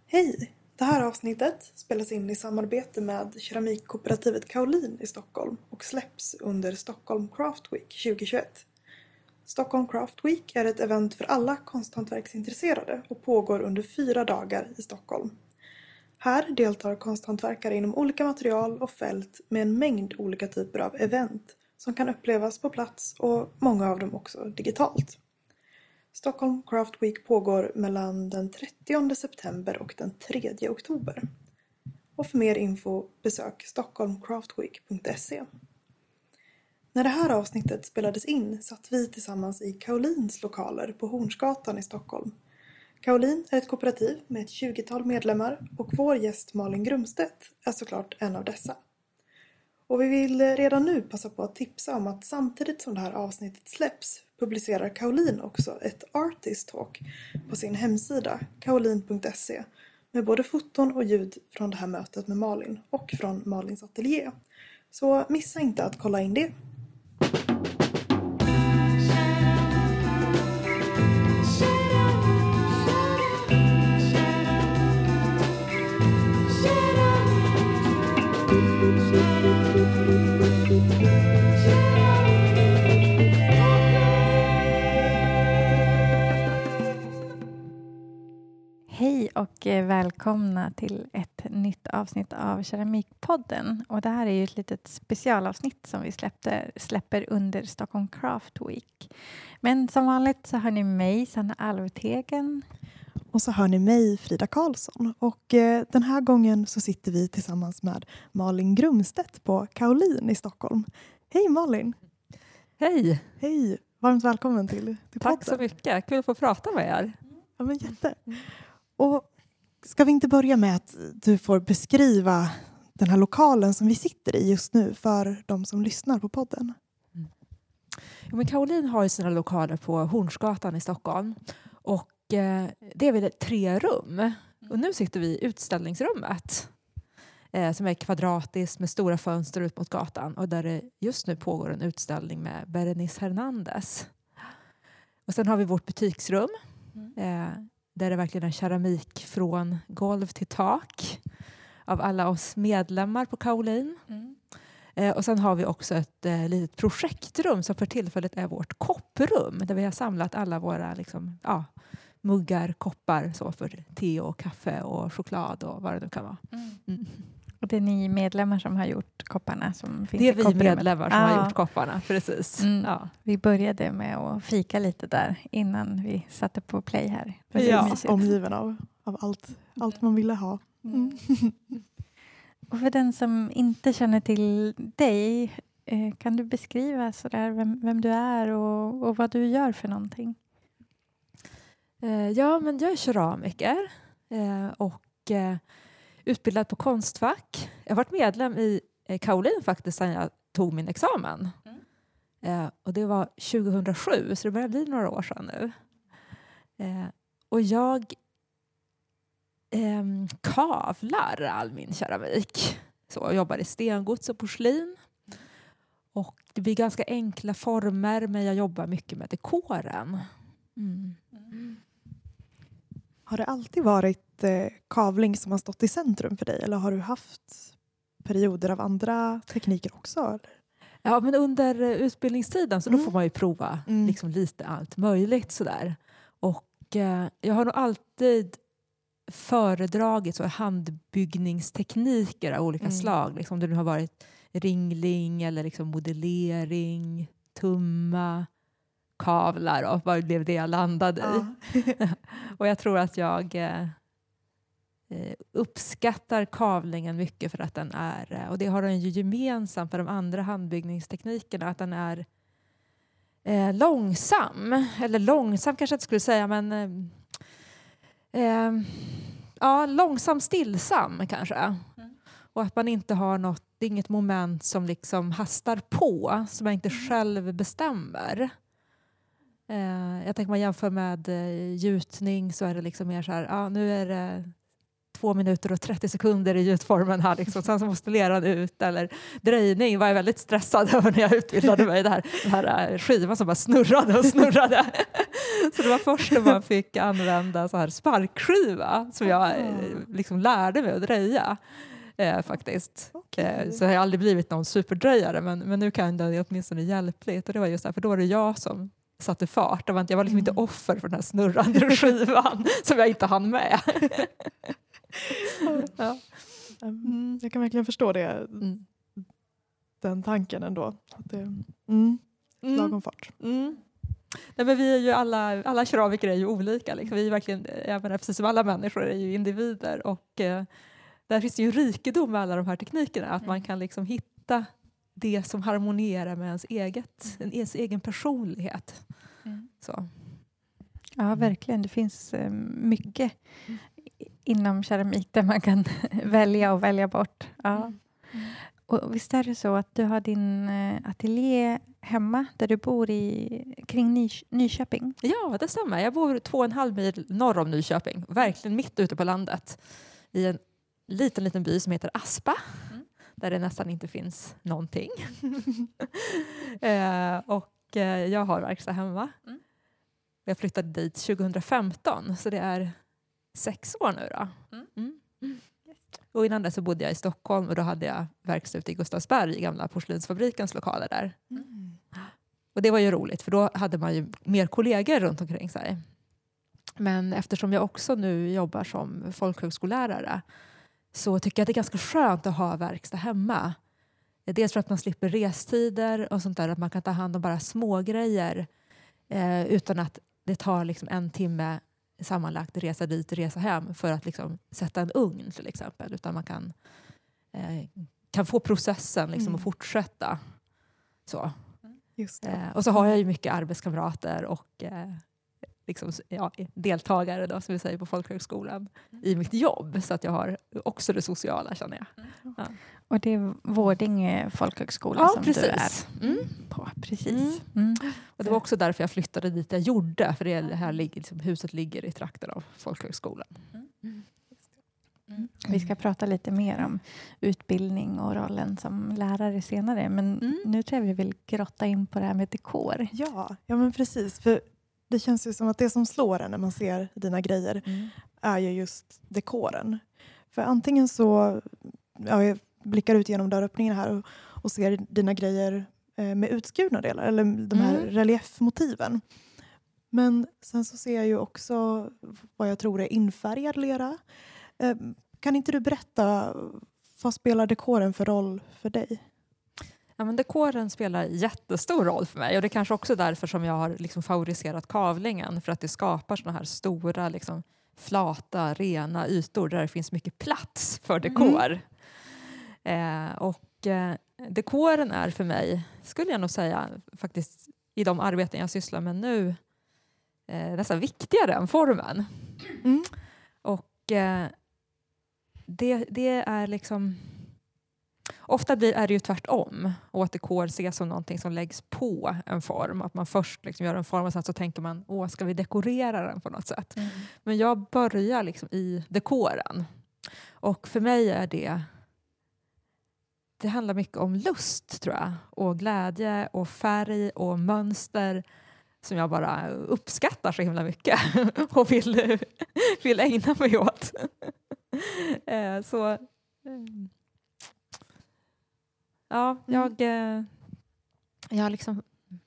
Hej! Det här avsnittet spelas in i samarbete med keramikkooperativet Kaolin i Stockholm och släpps under Stockholm Craft Week 2021. Stockholm Craft Week är ett event för alla konsthantverksintresserade och pågår under 4 dagar i Stockholm. Här deltar konsthantverkare inom olika material och fält med en mängd olika typer av event som kan upplevas på plats och många av dem också digitalt. Stockholm Craft Week pågår mellan den 30 september och den 3 oktober. Och för mer info besök stockholmcraftweek.se. När det här avsnittet spelades in satt vi tillsammans i Kaolins lokaler på Hornsgatan i Stockholm. Kaolin är ett kooperativ med ett 20-tal medlemmar och vår gäst Malin Grumstedt är såklart en av dessa. Och vi vill redan nu passa på att tipsa om att samtidigt som det här avsnittet släpps publicerar Kaolin också ett Artist Talk på sin hemsida kaolin.se med både foton och ljud från det här mötet med Malin och från Malins ateljé. Så missa inte att kolla in det. Hej och välkomna till ett nytt avsnitt av Keramikpodden. Och det här är ju ett litet specialavsnitt som vi släpper under Stockholm Craft Week. Men som vanligt så hör ni mig, Sanna Alvtegen. Och så hör ni mig, Frida Karlsson. Och den här gången så sitter vi tillsammans med Malin Grumstedt på Kaolin i Stockholm. Hej Malin! Hej! Hej! Varmt välkommen till Tack podden. så mycket, kul att få prata med er. Ja, men jätte. Och ska vi inte börja med att du får beskriva den här lokalen som vi sitter i just nu för de som lyssnar på podden? Jo, men Kaolin har ju sina lokaler på Hornsgatan i Stockholm. Och det är väl 3 rum. Och nu sitter vi i utställningsrummet. Som är kvadratiskt med stora fönster ut mot gatan. Och där det just nu pågår en utställning med Berenice Hernandez. Och sen har vi vårt butiksrum. Där det verkligen är keramik från golv till tak. Av alla oss medlemmar på Kaolin. Och sen har vi också ett litet projektrum som för tillfället är vårt kopprum. Där vi har samlat alla våra muggar, koppar så för te och kaffe och choklad och vad det nu kan vara. Och det är ni medlemmar som har gjort kopparna som finns Det är i vi kopprummet. medlemmar som har gjort kopparna, precis. Ja. Vi började med att fika lite där innan vi satte på play här. Ja, omgiven av allt man ville ha. Och för den som inte känner till dig, kan du beskriva sådär vem du är och vad du gör för någonting? Ja, men jag är keramiker och utbildad på Konstfack. Jag har varit medlem i Kaolin faktiskt sedan jag tog min examen. Och det var 2007, så det börjar bli några år sedan nu. Och jag kavlar all min keramik. Så jag jobbar i stengods och porslin. Och det blir ganska enkla former, men jag jobbar mycket med dekoren. Har det alltid varit kavling som har stått i centrum för dig? Eller har du haft perioder av andra tekniker också? Eller? Ja, men under utbildningstiden så då får man ju prova liksom lite allt möjligt sådär. Och jag har nog alltid föredragit så handbyggningstekniker av olika slag. Liksom det nu har varit ringling eller liksom modellering, tumma, kavlar och vad blev det jag landade i. Och jag tror att jag uppskattar kavlingen mycket för att den är, och det har den ju gemensamt för de andra handbyggningsteknikerna, att den är långsam. Eller långsam kanske jag inte skulle säga, men långsam, stillsam kanske. Och att man inte har inget moment som liksom hastar på, som man inte själv bestämmer. Jag tänker man jämför med gjutning så är det liksom mer så här, nu är det 2 minuter och 30 sekunder i gjutformen här. Liksom. Sen så måste leran ut. Eller drejning var jag väldigt stressad över när jag utbildade mig. Den här skivan som bara snurrade och snurrade. Så det var först när man fick använda så här sparkskiva som jag liksom lärde mig att dreja. Faktiskt. Okay. Så jag har aldrig blivit någon superdrejare, men nu kan det åtminstone hjälpligt. Och det var just för då var det jag som satte fart. Jag var liksom inte offer för den här snurrande skivan som jag inte hann med. Ja. Jag kan verkligen förstå det. Den tanken ändå. Att det lagom fart. Nej, men vi är ju alla keramiker är ju olika. Liksom. Vi är verkligen, precis som alla människor är ju individer. Och där finns det ju rikedom med alla de här teknikerna. Att man kan liksom hitta det som harmonierar med ens egen personlighet. Så. Ja, verkligen. Det finns mycket inom keramik där man kan välja och välja bort. Ja. Och visst är det så att du har din ateljé hemma där du bor kring Nyköping? Ja, det stämmer. Jag bor 2,5 mil norr om Nyköping. Verkligen mitt ute på landet. I en liten by som heter Aspa. Där det nästan inte finns någonting. Och jag har verkstad hemma. Jag flyttade dit 2015. Så det är 6 år nu då. Och innan det så bodde jag i Stockholm. Och då hade jag verkstad ute i Gustavsberg. I gamla porslinsfabrikens lokaler där. Och det var ju roligt. För då hade man ju mer kollegor runt omkring sig. Men eftersom jag också nu jobbar som folkhögskollärare. Så tycker jag det är ganska skönt att ha verkstad hemma. Dels för att man slipper restider och sånt där. Att man kan ta hand om bara små grejer. Utan att det tar liksom 1 timme sammanlagt resa dit och resa hem. För att liksom sätta en ugn till exempel. Utan man kan få processen liksom att fortsätta. Så. Just det. Och så har jag ju mycket arbetskamrater och liksom, deltagare då, som vi säger på folkhögskolan i mitt jobb. Så att jag har också det sociala, känner jag. Ja. Och det är Vårdinge folkhögskola som precis. Du är på. Precis. Och det var också därför jag flyttade dit jag gjorde. För det här liksom, huset ligger i trakten av folkhögskolan. Vi ska prata lite mer om utbildning och rollen som lärare senare. Men nu tror jag vi vill grotta in på det här med dekor. Ja, men precis. För det känns ju som att det som slår en när man ser dina grejer är ju just dekoren. För antingen så, jag blickar ut genom dörröppningen här och ser dina grejer med utskurna delar. Eller de här reliefmotiven. Men sen så ser jag ju också vad jag tror är infärgad lera. Kan inte du berätta, vad spelar dekoren för roll för dig? Ja, men dekoren spelar jättestor roll för mig. Och det är kanske också därför som jag har liksom favoriserat kavlingen. För att det skapar såna här stora, liksom, flata, rena ytor där det finns mycket plats för dekor. Dekoren är för mig, skulle jag nog säga, faktiskt i de arbeten jag sysslar med nu, nästan viktigare än formen. Och det är liksom... Ofta är det ju tvärtom. Och att dekor ses som någonting som läggs på en form. Att man först liksom gör en form och sen så tänker man, ska vi dekorera den på något sätt? Men jag börjar liksom i dekoren. Och för mig är det handlar mycket om lust, tror jag. Och glädje och färg och mönster som jag bara uppskattar så himla mycket. Och vill ägna mig åt. Jag har liksom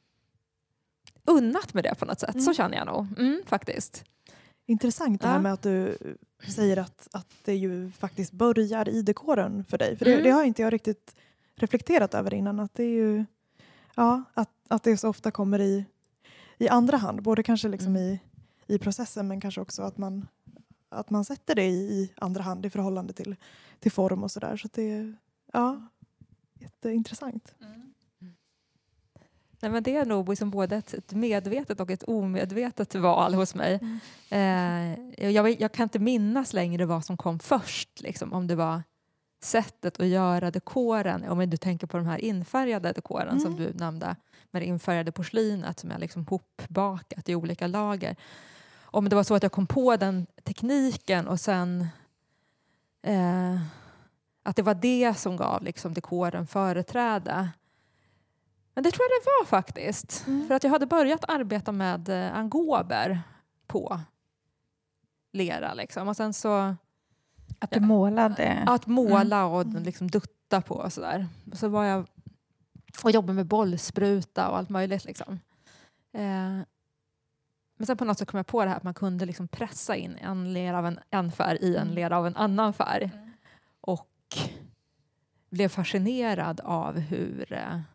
unnat med det på något sätt. Så känner jag nog, faktiskt. Intressant det här med att du säger att det ju faktiskt börjar i dekoren för dig. För det har inte jag riktigt reflekterat över innan. Att det är ju, att det så ofta kommer i andra hand. Både kanske liksom i processen, men kanske också att man sätter det i andra hand i förhållande till form och sådär. Så att det är, jätteintressant. Nej, men det är nog liksom både ett medvetet och ett omedvetet val hos mig. Jag kan inte minnas längre vad som kom först. Liksom, om det var sättet att göra dekoren. Om du tänker på de här infärgade dekoren som du nämnde. Med det infärgade porslinet som är liksom hopbakat i olika lager. Om det var så att jag kom på den tekniken och sen Att det var det som gav liksom dekoren företräde. Men det tror jag det var faktiskt. För att jag hade börjat arbeta med angober på lera. Liksom. Och sen så... Att du målade? Att måla och liksom dutta på och sådär. Och så var jag och jobbade med bollspruta och allt möjligt. Liksom. Men sen på något sätt kom jag på det här att man kunde liksom pressa in en lera av en färg i en lera av en annan färg. Och blev fascinerad av hur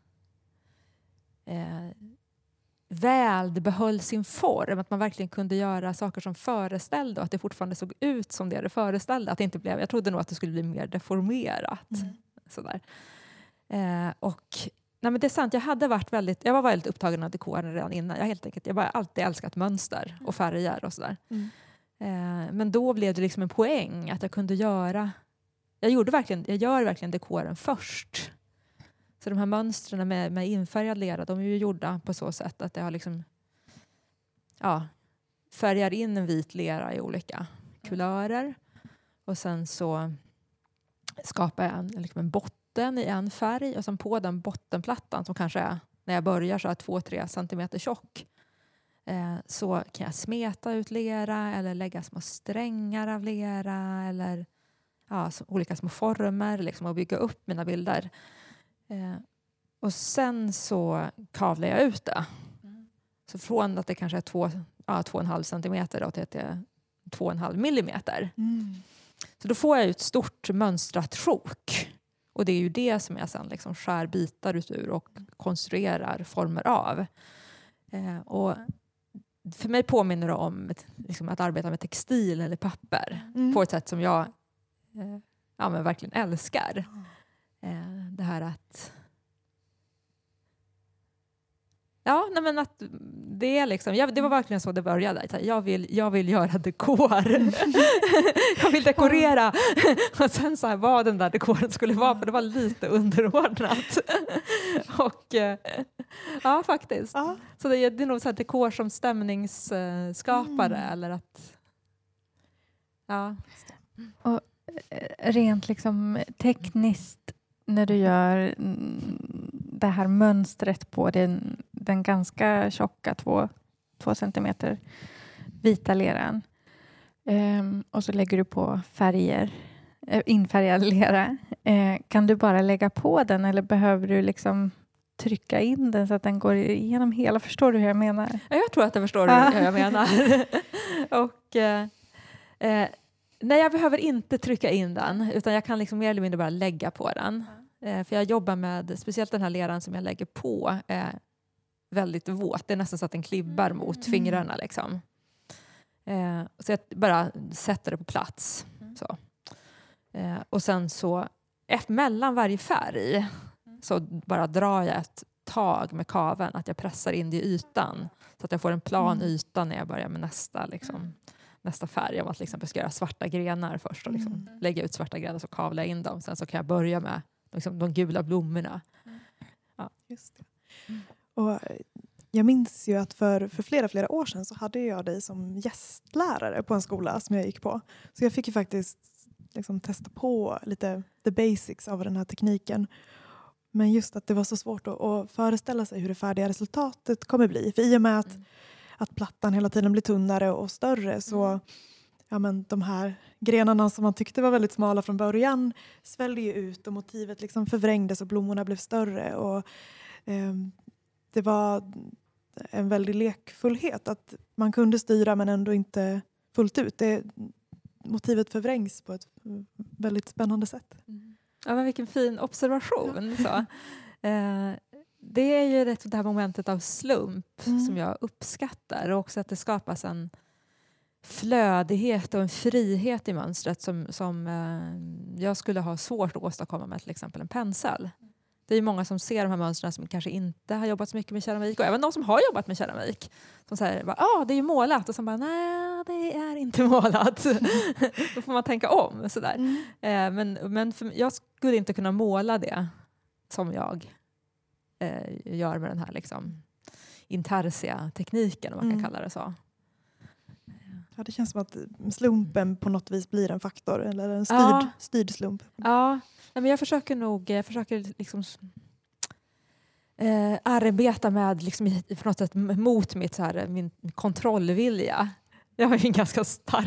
väl det behöll sin form. Att man verkligen kunde göra saker som föreställde och att det fortfarande såg ut som det föreställde. Att det inte blev, jag trodde nog att det skulle bli mer deformerat. Sådär. Nej, men det är sant, jag var väldigt upptagen av dekoren redan innan. Jag bara alltid älskat mönster och färger och sådär. Men då blev det liksom en poäng att jag kunde göra... Jag gör verkligen dekoren först. Så de här mönstren med infärgad lera, de är ju gjorda på så sätt att jag liksom färgar in en vit lera i olika kulörer. Och sen så skapar jag liksom en botten i en färg. Och sen på den bottenplattan som kanske är, när jag börjar så är 2-3 centimeter tjock. Så kan jag smeta ut lera eller lägga små strängar av lera. Eller olika små former liksom, och bygga upp mina bilder. Och sen så kavlar jag ut det. Så från att det kanske är 2,5 centimeter då, till att det är 2,5 millimeter. Så då får jag ett stort mönstrat sjok. Och det är ju det som jag sen liksom skär bitar ut ur och konstruerar former av. Och för mig påminner det om liksom att arbeta med textil eller papper. På ett sätt som jag men verkligen älskar. Det här att... att det är liksom... det var verkligen så det började. Jag vill göra dekor. Jag vill dekorera. Och sen så här, vad den där dekoren skulle vara. För det var lite underordnat. Och faktiskt. Så det är nog så här dekor som stämningsskapare. Eller att... Och rent liksom tekniskt när du gör det här mönstret på den ganska tjocka 2 centimeter vita leran. Och så lägger du på färger, infärgad lera. Kan du bara lägga på den eller behöver du liksom trycka in den så att den går igenom hela? Förstår du hur jag menar? Ja, jag tror att jag förstår hur jag menar. Och... nej, jag behöver inte trycka in den utan jag kan liksom mer eller mindre bara lägga på den. För jag jobbar med, speciellt den här leran som jag lägger på är väldigt våt. Det är nästan så att den klibbar mot fingrarna liksom. Så jag bara sätter det på plats. Så. Och sen så mellan varje färg så bara drar jag ett tag med kaven, att jag pressar in det i ytan så att jag får en plan yta när jag börjar med nästa färg. Om att till exempel ska göra svarta grenar först och liksom lägga ut svarta grenar så kavla in dem. Sen så kan jag börja med liksom de gula blommorna. Just det. Och jag minns ju att för flera år sedan så hade jag dig som gästlärare på en skola som jag gick på. Så jag fick ju faktiskt liksom testa på lite the basics av den här tekniken. Men just att det var så svårt att föreställa sig hur det färdiga resultatet kommer bli. För i och med att plattan hela tiden blir tunnare och större så de här grenarna som man tyckte var väldigt smala från början svällde ju ut och motivet liksom förvrängdes och blommorna blev större och det var en väldig lekfullhet att man kunde styra men ändå inte fullt ut. Motivet förvrängs på ett väldigt spännande sätt. Ja, men vilken fin observation. Så. Det är ju det här momentet av slump som jag uppskattar. Och också att det skapas en flödighet och en frihet i mönstret som jag skulle ha svårt att åstadkomma med till exempel en pensel. Det är ju många som ser de här mönstren som kanske inte har jobbat så mycket med keramik. Och även de som har jobbat med keramik. Som säger, det är ju målat. Och så bara, nej det är inte målat. Då får man tänka om. Sådär. Men jag skulle inte kunna måla det som jag gör med den här liksom intarsia tekniken, om man kan kalla det så. Ja, det känns som att slumpen på något vis blir en faktor. Eller en styrd slump. Ja, men jag försöker liksom arbeta med liksom, på något sätt mot min kontrollvilja. Jag har ju en ganska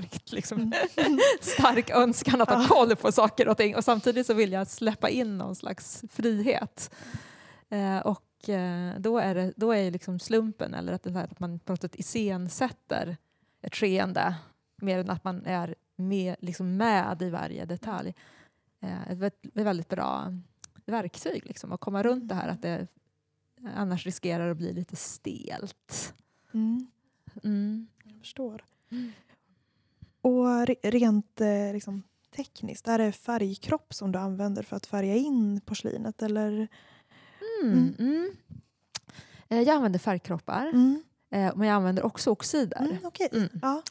stark önskan att ha koll på saker och ting. Och samtidigt så vill jag släppa in någon slags frihet. Då är liksom slumpen, eller att man på något sätt iscensätter ett skeende mer än att man är med i varje detalj. Ett väldigt bra verktyg liksom, att komma runt det här att det annars riskerar att bli lite stelt. Jag förstår. Och rent liksom, tekniskt, är det färgkropp som du använder för att färga in porslinet? Eller? Jag använder färgkroppar. Men jag använder också oxider. Ja.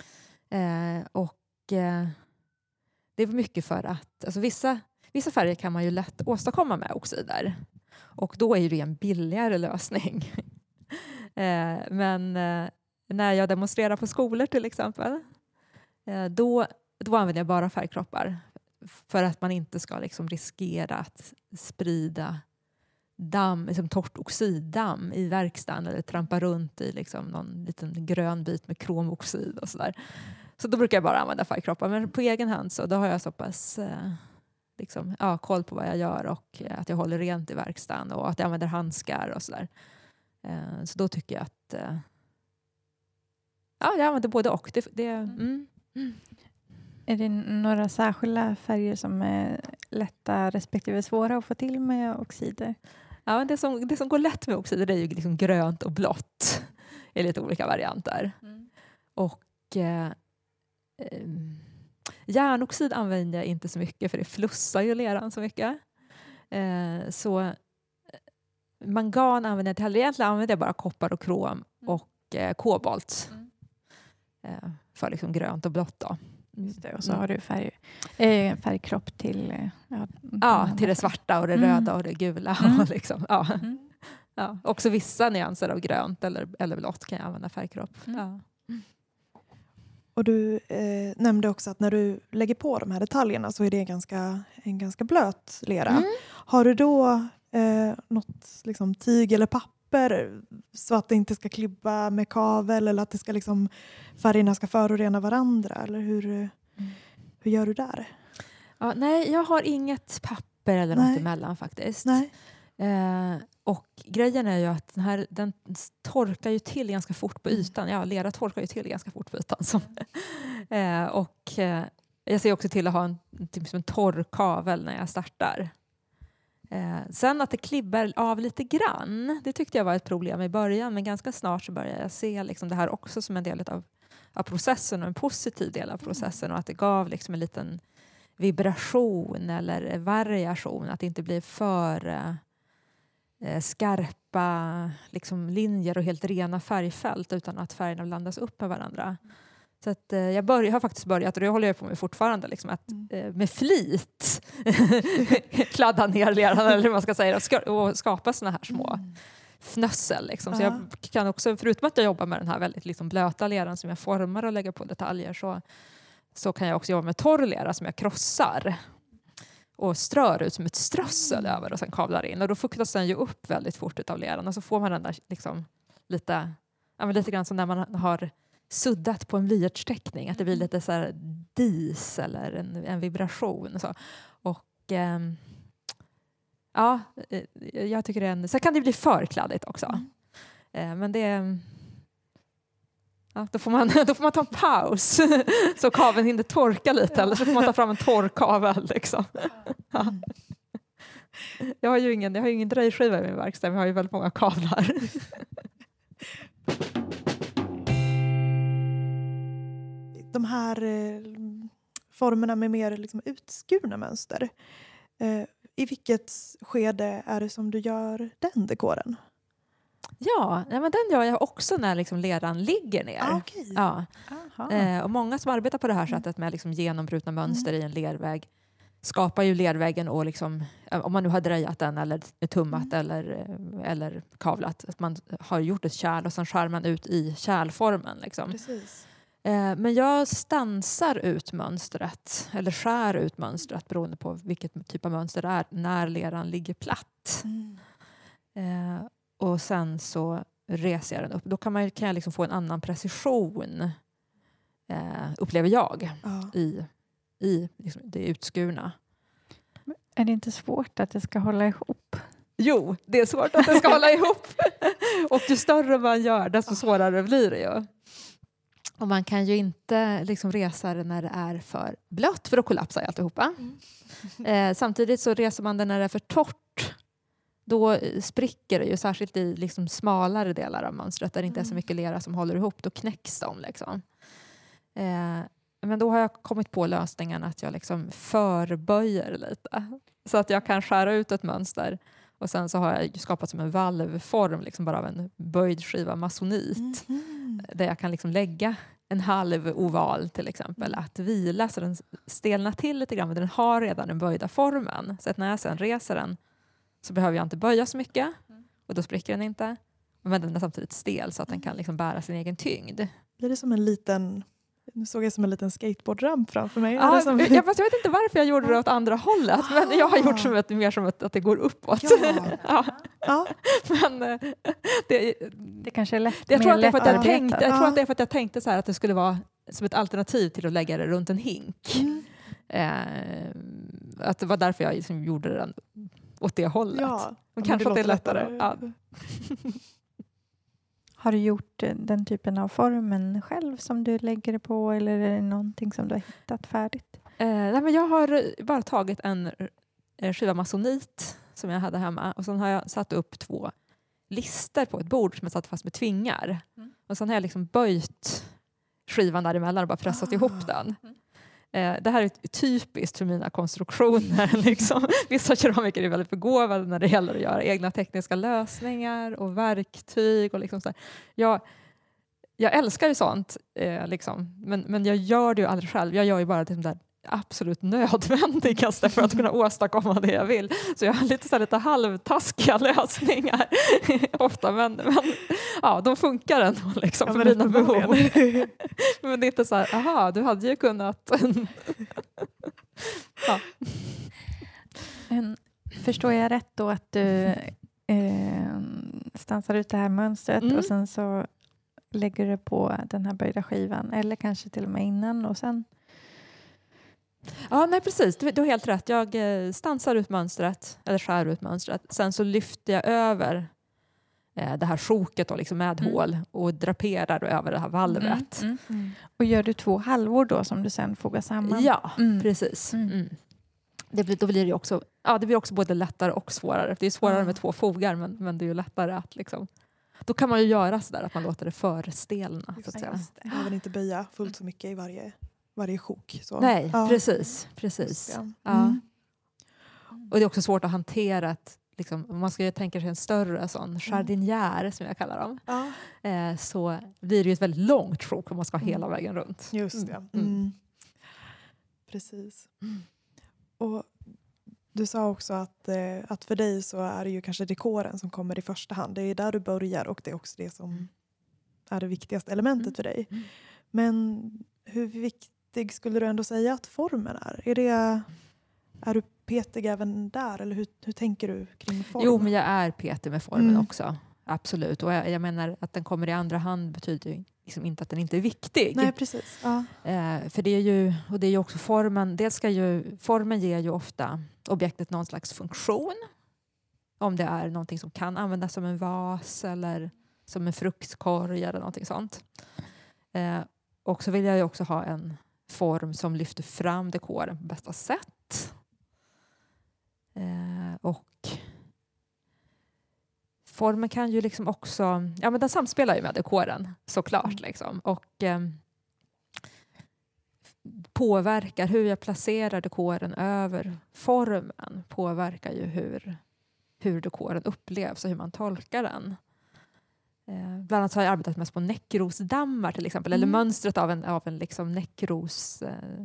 Det är mycket för att alltså vissa färger kan man ju lätt åstadkomma med oxider. Och då är ju det en billigare lösning. Men när jag demonstrerar på skolor till exempel, då använder jag bara färgkroppar. För att man inte ska liksom riskera att sprida damm, liksom torrt oxiddamm i verkstaden eller trampa runt i liksom någon liten grön bit med kromoxid och sådär. Så då brukar jag bara använda färgkroppar. Men på egen hand så då har jag så pass koll på vad jag gör och att jag håller rent i verkstaden och att jag använder handskar och sådär. Så då tycker jag att jag använder både och. Är det några särskilda färger som är lätta respektive svåra att få till med oxider? Ja, det som går lätt med oxider är ju liksom grönt och blått i lite olika varianter. Och järnoxid använder jag inte så mycket för det flussar ju leran så mycket. Så mangan använder jag inte heller. Egentligen använder jag bara koppar och krom och kobolt för liksom grönt och blått då. Just det, och så har du färgkropp till till det svarta och det röda och det gula. Och liksom, också vissa nyanser av grönt eller blått kan jag använda färgkropp. Och du nämnde också att när du lägger på de här detaljerna så är det en ganska blöt lera. Har du då något liksom, tyg eller papper så att det inte ska klibba med kavel eller att det ska, liksom, färgerna ska förorena varandra? Eller hur gör du där? Ja, nej, jag har inget papper eller något emellan faktiskt. Nej. Och grejen är ju att den torkar ju till ganska fort på ytan. Ja, lera torkar ju till ganska fort på ytan. Jag ser också till att ha en torr kavel när jag startar. Sen att det klibbar av lite grann, det tyckte jag var ett problem i början. Men ganska snart så började jag se liksom det här också som en del av processen och en positiv del av processen. Och att det gav liksom en liten vibration eller variation. Att det inte blir för skarpa liksom, linjer och helt rena färgfält utan att färgerna blandas upp med varandra. Så att, jag har faktiskt börjat, och det håller jag på med fortfarande, liksom, att med flit kladda ner leran eller hur man ska säga och skapa såna här små fnössel. Liksom. Så jag kan också, förutom att jag jobbar med den här väldigt liksom, blöta leran som jag formar och lägger på detaljer så kan jag också jobba med torr lera som jag krossar och strör ut som ett strössel över och sen kavlar in. Och då fuktas den ju upp väldigt fort av leran och så får man den där liksom, lite grann som när man har suddat på en blyertsteckning, att det blir lite så här dis eller en vibration och så. Och jag tycker så kan det bli för kladdigt också. Men det då får man ta en paus så kaveln hinner torka lite, eller så får man ta fram en torr kavel liksom. Jag har ju ingen drejskiva i min verkstad, men jag har ju väldigt många kavlar. De här formerna med mer liksom, utskurna mönster. I vilket skede är det som du gör den dekoren? Ja, men den gör jag också när liksom leran ligger ner. Okay. Ja. Och många som arbetar på det här sättet med liksom genombrutna mönster i en lervägg skapar ju lerväggen och liksom, om man nu har drejat den eller tummat eller kavlat, att man har gjort ett kärl och sen skär man ut i kärlformen. Liksom. Precis. Men jag stansar ut mönstret eller skär ut mönstret beroende på vilket typ av mönster det är när leran ligger platt. Och sen så reser jag den upp. Då kan jag liksom få en annan precision, upplever jag, i liksom det utskurna. Är det inte svårt att det ska hålla ihop? Jo, det är svårt att det ska hålla ihop. Och ju större man gör, desto svårare blir det ju. Och man kan ju inte liksom resa det när det är för blött, för då kollapsar alltihopa. Samtidigt så reser man det när det är för torrt. Då spricker det ju, särskilt i liksom smalare delar av mönstret där det inte är så mycket lera som håller ihop. Då knäcks de liksom. Men då har jag kommit på lösningen att jag liksom förböjer lite. Så att jag kan skära ut ett mönster. Och sen så har jag skapat som en valvform liksom bara av en böjd skiva masonit. Där jag kan liksom lägga en halv oval till exempel att vila så den stelnar till lite grann. Men den har redan den böjda formen. Så att när jag sen reser den så behöver jag inte böja så mycket. Och då spricker den inte. Men den är samtidigt stel så att den kan liksom bära sin egen tyngd. Blir det som en liten... Nu såg jag som en liten skateboardramp framför mig. Ja, fast jag vet inte varför jag gjorde det åt andra hållet. Men jag har gjort mer som att det går uppåt. Ja. Men det kanske är lätt. Jag tror att det är för att jag tänkte så här att det skulle vara som ett alternativ till att lägga det runt en hink. Att det var därför jag liksom gjorde den åt det hållet. Ja, och kanske att det är lättare. Ja. Har du gjort den typen av formen själv som du lägger det på, eller är det någonting som du har hittat färdigt? Nej, men jag har bara tagit en skiva masonit som jag hade hemma och sen har jag satt upp 2 lister på ett bord som jag satt fast med tvingar. Och sen har jag liksom böjt skivan däremellan och bara pressat ihop den. Det här är typiskt för mina konstruktioner. Liksom. Vissa keramiker är väldigt begåvade när det gäller att göra egna tekniska lösningar och verktyg. Och liksom så jag älskar ju sånt, liksom. Men jag gör det ju aldrig själv. Jag gör ju bara det där absolut nödvändigaste för att kunna åstadkomma det jag vill. Så jag har lite halvtaskiga lösningar ofta, men ja, de funkar ändå liksom, för mina behov. Men det är inte så här, aha, du hade ju kunnat. Ja. Förstår jag rätt då att du stansar ut det här mönstret och sen så lägger du på den här böjda skivan, eller kanske till och med innan och sen? Ja, nej precis. Du har helt rätt. Jag stansar ut mönstret, eller skär ut mönstret. Sen så lyfter jag över det här sjoket då, liksom med hål och draperar över det här valvet. Och gör du 2 halvor då som du sen fogar samman? Ja, precis. Då blir det också, det blir också både lättare och svårare. Det är svårare med 2 fogar, men det är ju lättare att liksom... Då kan man ju göra så där att man låter det förstelna. Så att säga. Jag behöver inte böja fullt så mycket i varje sjok. Så. Nej, precis. Och det är också svårt att hantera liksom, om man ska tänka sig en större sån jardinière som jag kallar dem, så blir det ju ett väldigt långt sjok om man ska hela vägen runt. Just det. Precis. Och du sa också att för dig så är det ju kanske dekoren som kommer i första hand. Det är där du börjar och det är också det som är det viktigaste elementet för dig. Men hur viktig skulle du ändå säga att formen är? Är du petig även där? Eller hur tänker du kring formen? Jo, men jag är petig med formen också. Absolut. Och jag menar att den kommer i andra hand betyder ju liksom inte att den inte är viktig. Nej, precis. Ja. För det är ju också formen. Formen ger ju ofta objektet någon slags funktion. Om det är någonting som kan användas som en vas eller som en fruktkorg eller någonting sånt. Och så vill jag ju också ha en form som lyfter fram dekoren på bästa sätt. Och formen kan ju liksom också, men den samspelar ju med dekoren såklart liksom. Och påverkar hur jag placerar dekoren över formen, påverkar ju hur dekoren upplevs och hur man tolkar den. Bland annat har jag arbetat mest på näckrosdammar till exempel, eller mönstret av en liksom näckros,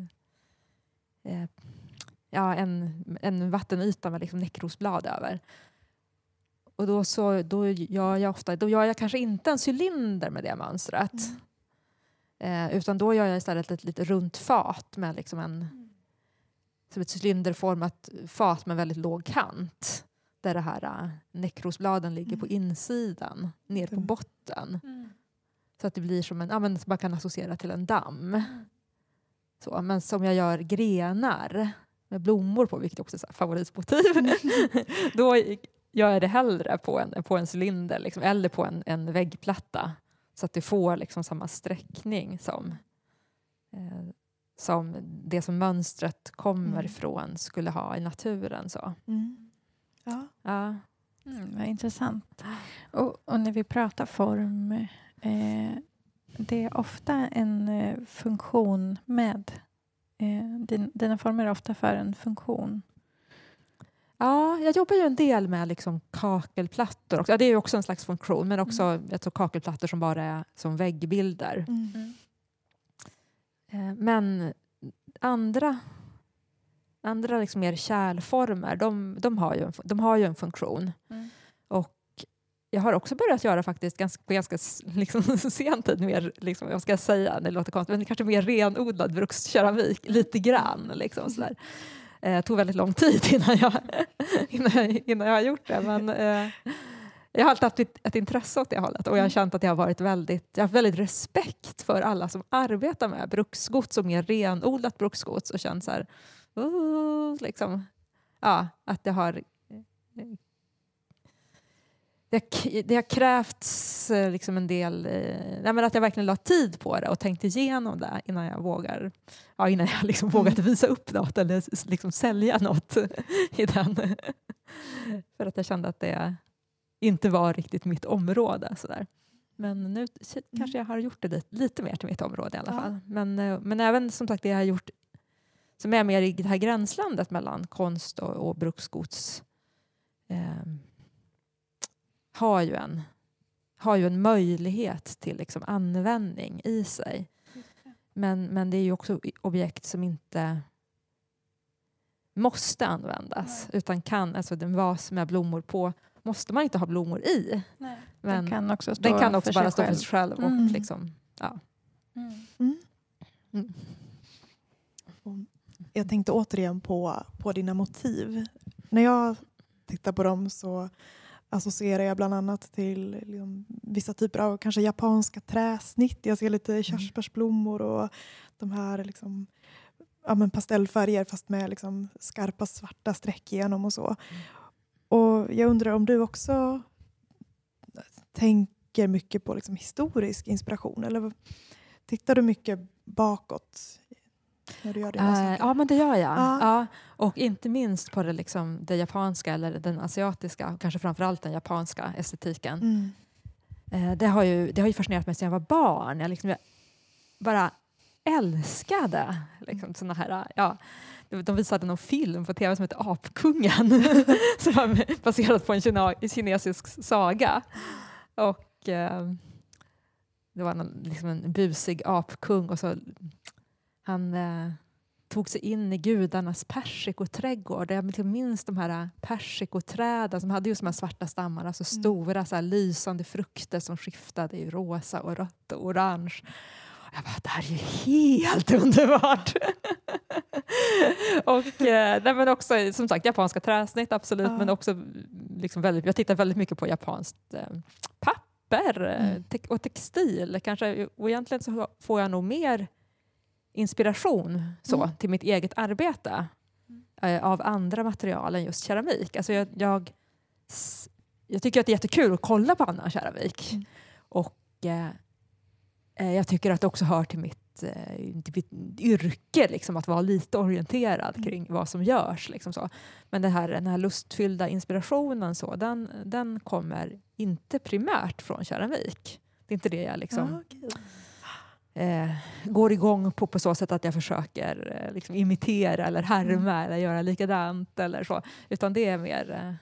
en vattenyta med liksom näckrosblad över. Och då gör jag kanske inte en cylinder med det mönstret. Utan då gör jag istället ett lite runt fat med liksom som ett cylinderformat fat med väldigt låg kant. Där det här nekrosbladen ligger på insidan, ner på botten. Så att det blir som som man kan associera till en damm. Så, men som jag gör grenar med blommor på, vilket också är så favoritmotiv. Då gör jag det hellre på en cylinder liksom, eller på en väggplatta. Så att det får liksom samma sträckning som det som mönstret kommer ifrån skulle ha i naturen. Så. Ja. Vad intressant. Och när vi pratar form, det är ofta en funktion med dina former är ofta för en funktion. Ja, jag jobbar ju en del med liksom kakelplattor också. Ja, det är ju också en slags funktion, men också kakelplattor som bara är som väggbilder. Men andra liksom mer kärlformer, de har ju en funktion. Och jag har också börjat göra faktiskt på ganska liksom, sen tid mer, liksom, jag ska säga, det låter konstigt, men kanske mer renodlad brukskeramik, lite grann. Liksom, sådär. Det tog väldigt lång tid innan jag har gjort det, men jag har alltid haft ett intresse åt det hållet och jag har känt att jag har väldigt respekt för alla som arbetar med bruksgods och mer renodlat bruksgods och känt så här, liksom, att det har krävts liksom en del, men att jag verkligen la tid på det och tänkte igenom det innan jag vågade visa upp något eller liksom sälja något i den. För att jag kände att det inte var riktigt mitt område. Sådär. Men nu kanske jag har gjort det lite mer till mitt område i alla fall. Men även som sagt det jag har gjort som är mer i det här gränslandet mellan konst och bruksgods har ju en möjlighet till liksom användning i sig. Men det är ju också objekt som inte måste användas. Utan alltså den vas med blommor på måste man inte ha blommor i. Nej. Men den kan också bara stå för sig själv. Och liksom, Jag tänkte återigen på dina motiv. När jag tittar på dem så associerar jag bland annat till liksom, vissa typer av kanske japanska träsnitt. Jag ser lite körsbärsblommor och de här liksom, pastellfärger fast med liksom, skarpa svarta streck igenom och så. Och jag undrar om du också tänker mycket på liksom, historisk inspiration eller tittar du mycket bakåt när du gör det? Ja, men det gör jag. Ja. Och inte minst på det japanska eller den asiatiska, kanske framförallt den japanska estetiken. Det har ju fascinerat mig sedan jag var barn. Jag bara älskade liksom, såna här... De visade någon film på tv som heter Apkungen som var baserad på en kinesisk saga. Och det var liksom en busig apkung och så han tog sig in i gudarnas persikoträdgård. Jag minns de här persikoträden som hade just de här svarta stammarna, alltså stora så här, lysande frukter som skiftade i rosa och rött och orange. Jag bara, det här är ju helt underbart. Och men också som sagt japanska träsnitt absolut, men också liksom jag tittar väldigt mycket på japanskt papper och textil kanske, och egentligen så får jag nog mer inspiration till mitt eget arbete av andra material än just keramik. Alltså jag tycker att det är jättekul att kolla på annan keramik. Och jag tycker att det också hör till mitt yrke liksom, att vara lite orienterad kring vad som görs. Liksom så. Men den här lustfyllda inspirationen så, den kommer inte primärt från keramik. Det är inte det jag liksom... går igång på så sätt att jag försöker liksom imitera eller härma eller göra likadant eller så. Utan det är mer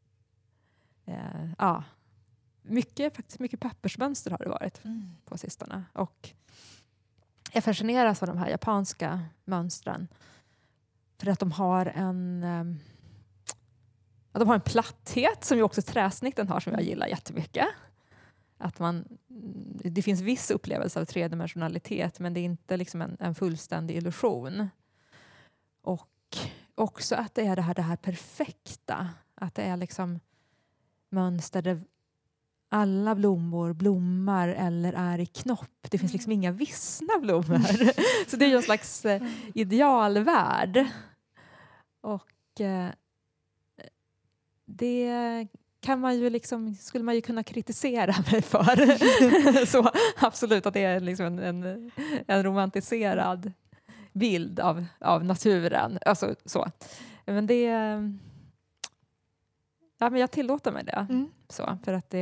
mycket pappersmönster har det varit på sistone. Och jag fascineras av de här japanska mönstren för att de har en platthet som ju också träsnitten har som jag gillar jättemycket. att det finns viss upplevelse av tredimensionalitet, men det är inte liksom en fullständig illusion. Och också att det är det här perfekta. Att det är liksom mönster där alla blommor blommar eller är i knopp. Det finns liksom inga vissna blommor. Så det är ju en slags idealvärld. Och det kan man ju liksom, skulle man ju kunna kritisera mig för. Så absolut att det är liksom en romantiserad bild av naturen. Alltså så. Men det... Ja, men jag tillåter mig det. Så, för att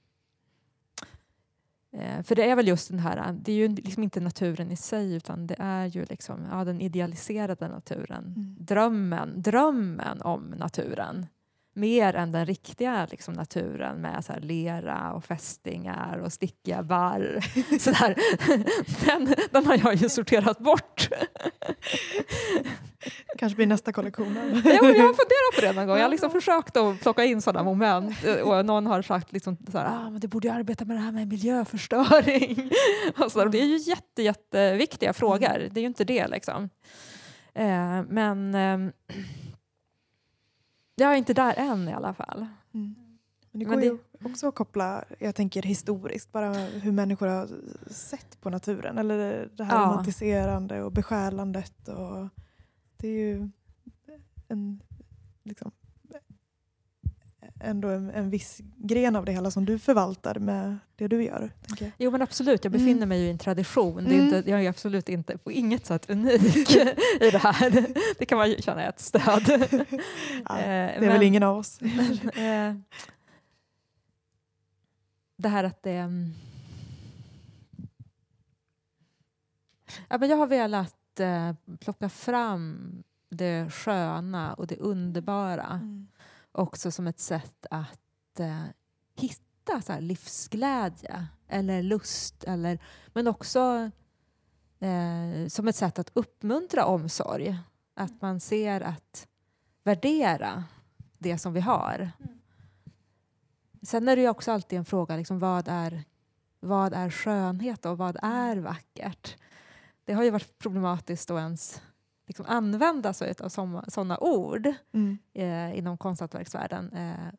för det är väl just den här, det är ju liksom inte naturen i sig, utan det är ju liksom, den idealiserade naturen. Drömmen om naturen. Mer än den riktiga liksom, naturen med så här, lera och fästingar och stickiga barr. Så där. Den har jag ju sorterat bort. Kanske blir nästa kollektion. Ja, men jag har funderat på det någon gång. Jag har liksom försökt att plocka in sådana moment. Och någon har sagt liksom så här, men du borde ju arbeta med det här med miljöförstöring. Och så där. Och det är ju jätteviktiga frågor. Det är ju inte det liksom. Men jag är inte där än i alla fall. Men det går ju också att koppla, jag tänker historiskt, bara hur människor har sett på naturen. Eller det här romantiserande och besjälandet. Och det är ju ändå en viss gren av det hela som du förvaltar med det du gör. Tänker jag. Jo, men absolut, jag befinner mig i en tradition. Det är inte, jag är absolut inte på inget sätt unik i det här. Det kan man ju känna ett stöd. Ja, det är väl ingen av oss. Det här att det... Ja, men jag har velat plocka fram det sköna och det underbara. Också som ett sätt att hitta så här, livsglädje eller lust. Men också som ett sätt att uppmuntra omsorg. Att man ser att värdera det som vi har. Sen är det ju också alltid en fråga, liksom, vad är skönhet och vad är vackert? Det har ju varit problematiskt att ens liksom använda sig av sådana ord inom konsthantverksvärlden.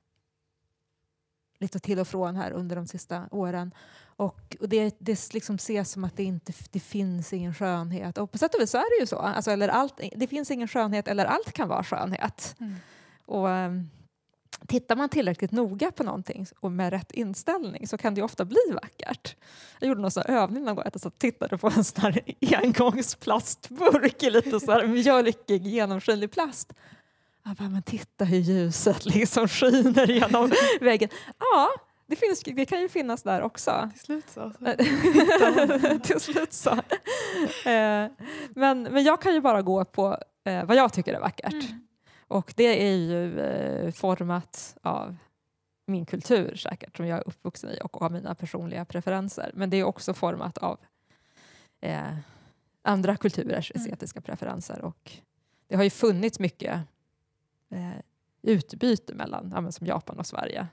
Lite till och från här under de sista åren. Och det liksom ses som att det finns ingen skönhet. Och på sätt och vis så är det ju så. Alltså, det finns ingen skönhet eller allt kan vara skönhet. Och tittar man tillräckligt noga på någonting och med rätt inställning så kan det ju ofta bli vackert. Jag gjorde någon sån här övning någon gång att jag tittade på en sån här engångsplastburk i lite så här mjölkig genomskinlig plast. Jag bara, men titta hur ljuset liksom skiner genom väggen. Ja, det kan ju finnas där också. Till slut så. Till slut så. Men jag kan ju bara gå på vad jag tycker är vackert. Och det är ju format av min kultur säkert, som jag är uppvuxen i, och av mina personliga preferenser. Men det är också format av andra kulturers estetiska preferenser. Och det har ju funnits mycket utbyte mellan som Japan och Sverige.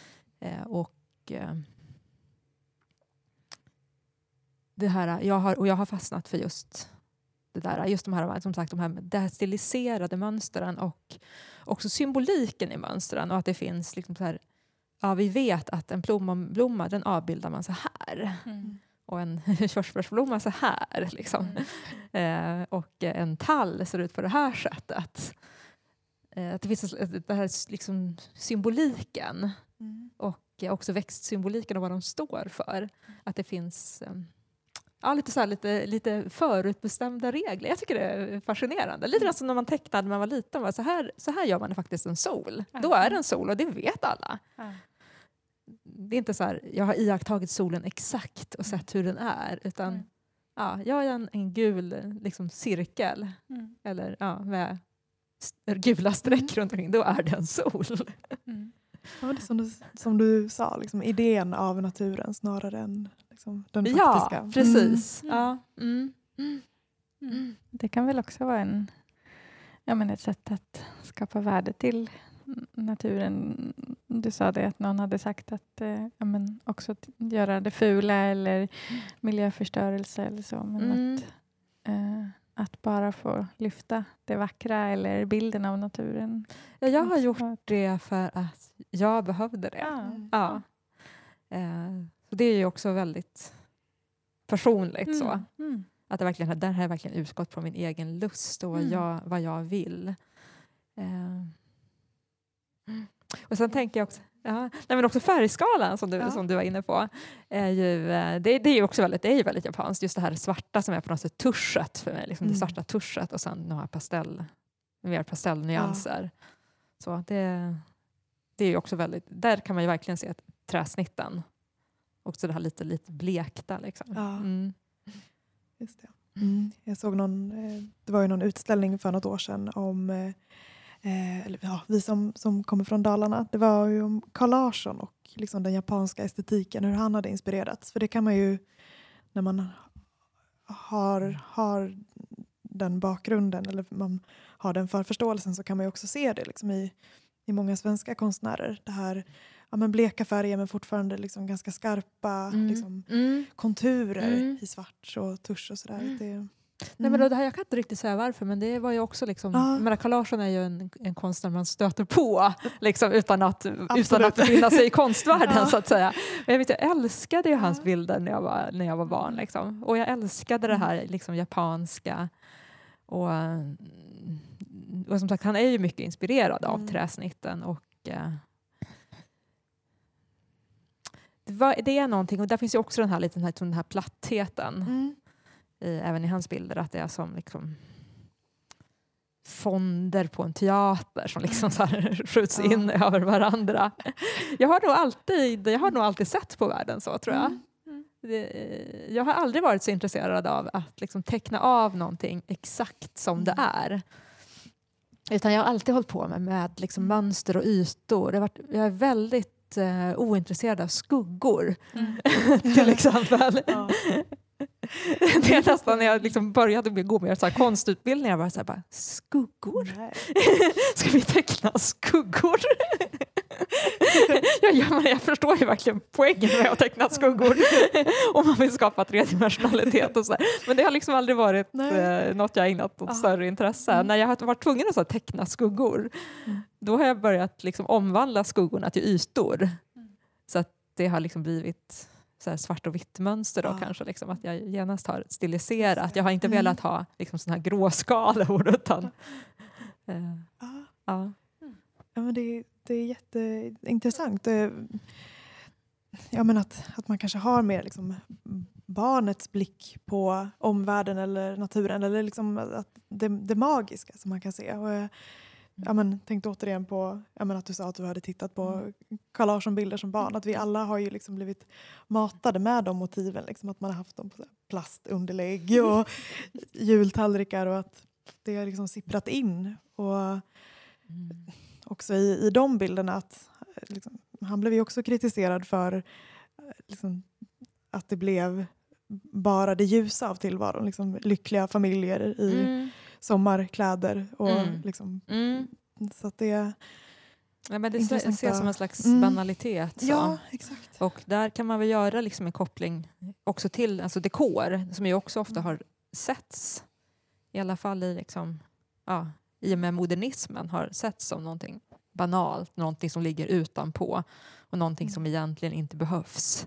Det här, jag har fastnat för just det där, just de här, som sagt, de här stiliserade mönstren och också symboliken i mönstren, och att det finns liksom så här, vi vet att en blomma den avbildar man så här och en körsbärsblomma så här liksom. Och en tall ser ut på det här sättet. Att det finns det här liksom symboliken och också växtsymboliken och vad de står för, att det finns lite förutbestämda regler. Jag tycker det är fascinerande. Lite som när man tecknade när man var liten. Så här gör man faktiskt en sol. Då är det en sol och det vet alla. Det är inte så här, jag har iakttagit solen exakt och sett hur den är. Utan jag är en gul liksom, cirkel. Eller med gula streck runt omkring. Då är det en sol. Ja, det är som du sa, liksom, idén av naturen snarare än liksom, den faktiska. Ja, precis. Det kan väl också vara ett sätt att skapa värde till naturen du sa det att någon hade sagt att också att göra det fula eller miljöförstörelse eller så. Men att bara få lyfta det vackra eller bilden av naturen. Ja, jag har gjort det för att jag behövde det. Ja. Så det är ju också väldigt personligt så. Att det verkligen, där har jag verkligen utgått från min egen lust och vad jag vill. Och sen tänker jag också, men också färgskalan som du var inne på är ju, det är ju också väldigt japanskt, just det här svarta som är på något sätt tuschet för mig, liksom det svarta tuschet och sen några mer pastellnyanser. Så det är ju också väldigt, där kan man ju verkligen se att träsnitten också det här lite blekta liksom. Ja. Just det. Jag såg det var ju någon utställning för något år sedan om vi som kommer från Dalarna. Det var ju om Carl Larsson och liksom den japanska estetiken, hur han hade inspirerats. För det kan man ju, när man har den bakgrunden eller man har den förförståelsen, så kan man ju också se det liksom i många svenska konstnärer. Det här bleka färger men fortfarande liksom ganska skarpa konturer i svart och tusch och sådär. Nej, men det här, jag kan inte riktigt säga varför, men det var ju också liksom, Carl Larsson är ju en konstnär man stöter på liksom, utan att befinna sig i konstvärlden så att säga. Men jag älskade ju hans bilder när jag var barn liksom. Och jag älskade det här liksom japanska och som sagt, han är ju mycket inspirerad av träsnitten och det är någonting, och där finns ju också den här plattheten även i hans bilder, att det är som liksom fonder på en teater som liksom så här skjuts in över varandra. Jag har nog alltid sett på världen så, tror jag. Jag har aldrig varit så intresserad av att liksom teckna av någonting exakt som det är. Utan jag har alltid hållit på med liksom mönster och ytor. Jag är väldigt ointresserad av skuggor till exempel. Det är nästan när jag liksom började gå med så här konstutbildningar, var så här bara, skuggor? Ska vi teckna skuggor? Jag förstår ju verkligen poängen med att teckna skuggor om man vill skapa tredimensionalitet och så där. Men det har liksom aldrig varit något jag ägnat något större intresse. När jag har varit tvungen att teckna skuggor, då har jag börjat liksom omvandla skuggorna till ytor. Så att det har liksom blivit så här svart och vitt mönster då kanske, liksom, att jag genast har stiliserat. Jag har inte velat ha liksom såna här gråskalor utan Ja, men det är jätteintressant. Ja, men att man kanske har mer liksom barnets blick på omvärlden eller naturen, eller liksom att det magiska som man kan se. Och tänkte återigen på att du sa att du hade tittat på Carl Larsson-bilder som barn. Att vi alla har ju liksom blivit matade med de motiven. Liksom, att man har haft dem på plastunderlägg och jultallrikar, och att det har liksom sipprat in. Och också i de bilderna att liksom, han blev ju också kritiserad för liksom, att det blev bara det ljusa av tillvaron. Liksom, lyckliga familjer i sommarkläder och liksom, så att det men det ses som en slags banalitet. Så. Ja, exakt. Och där kan man väl göra liksom en koppling också till alltså dekor, som ju också ofta har setts, i alla fall i liksom, i och med modernismen har setts som någonting banalt, någonting som ligger utanpå och någonting som egentligen inte behövs.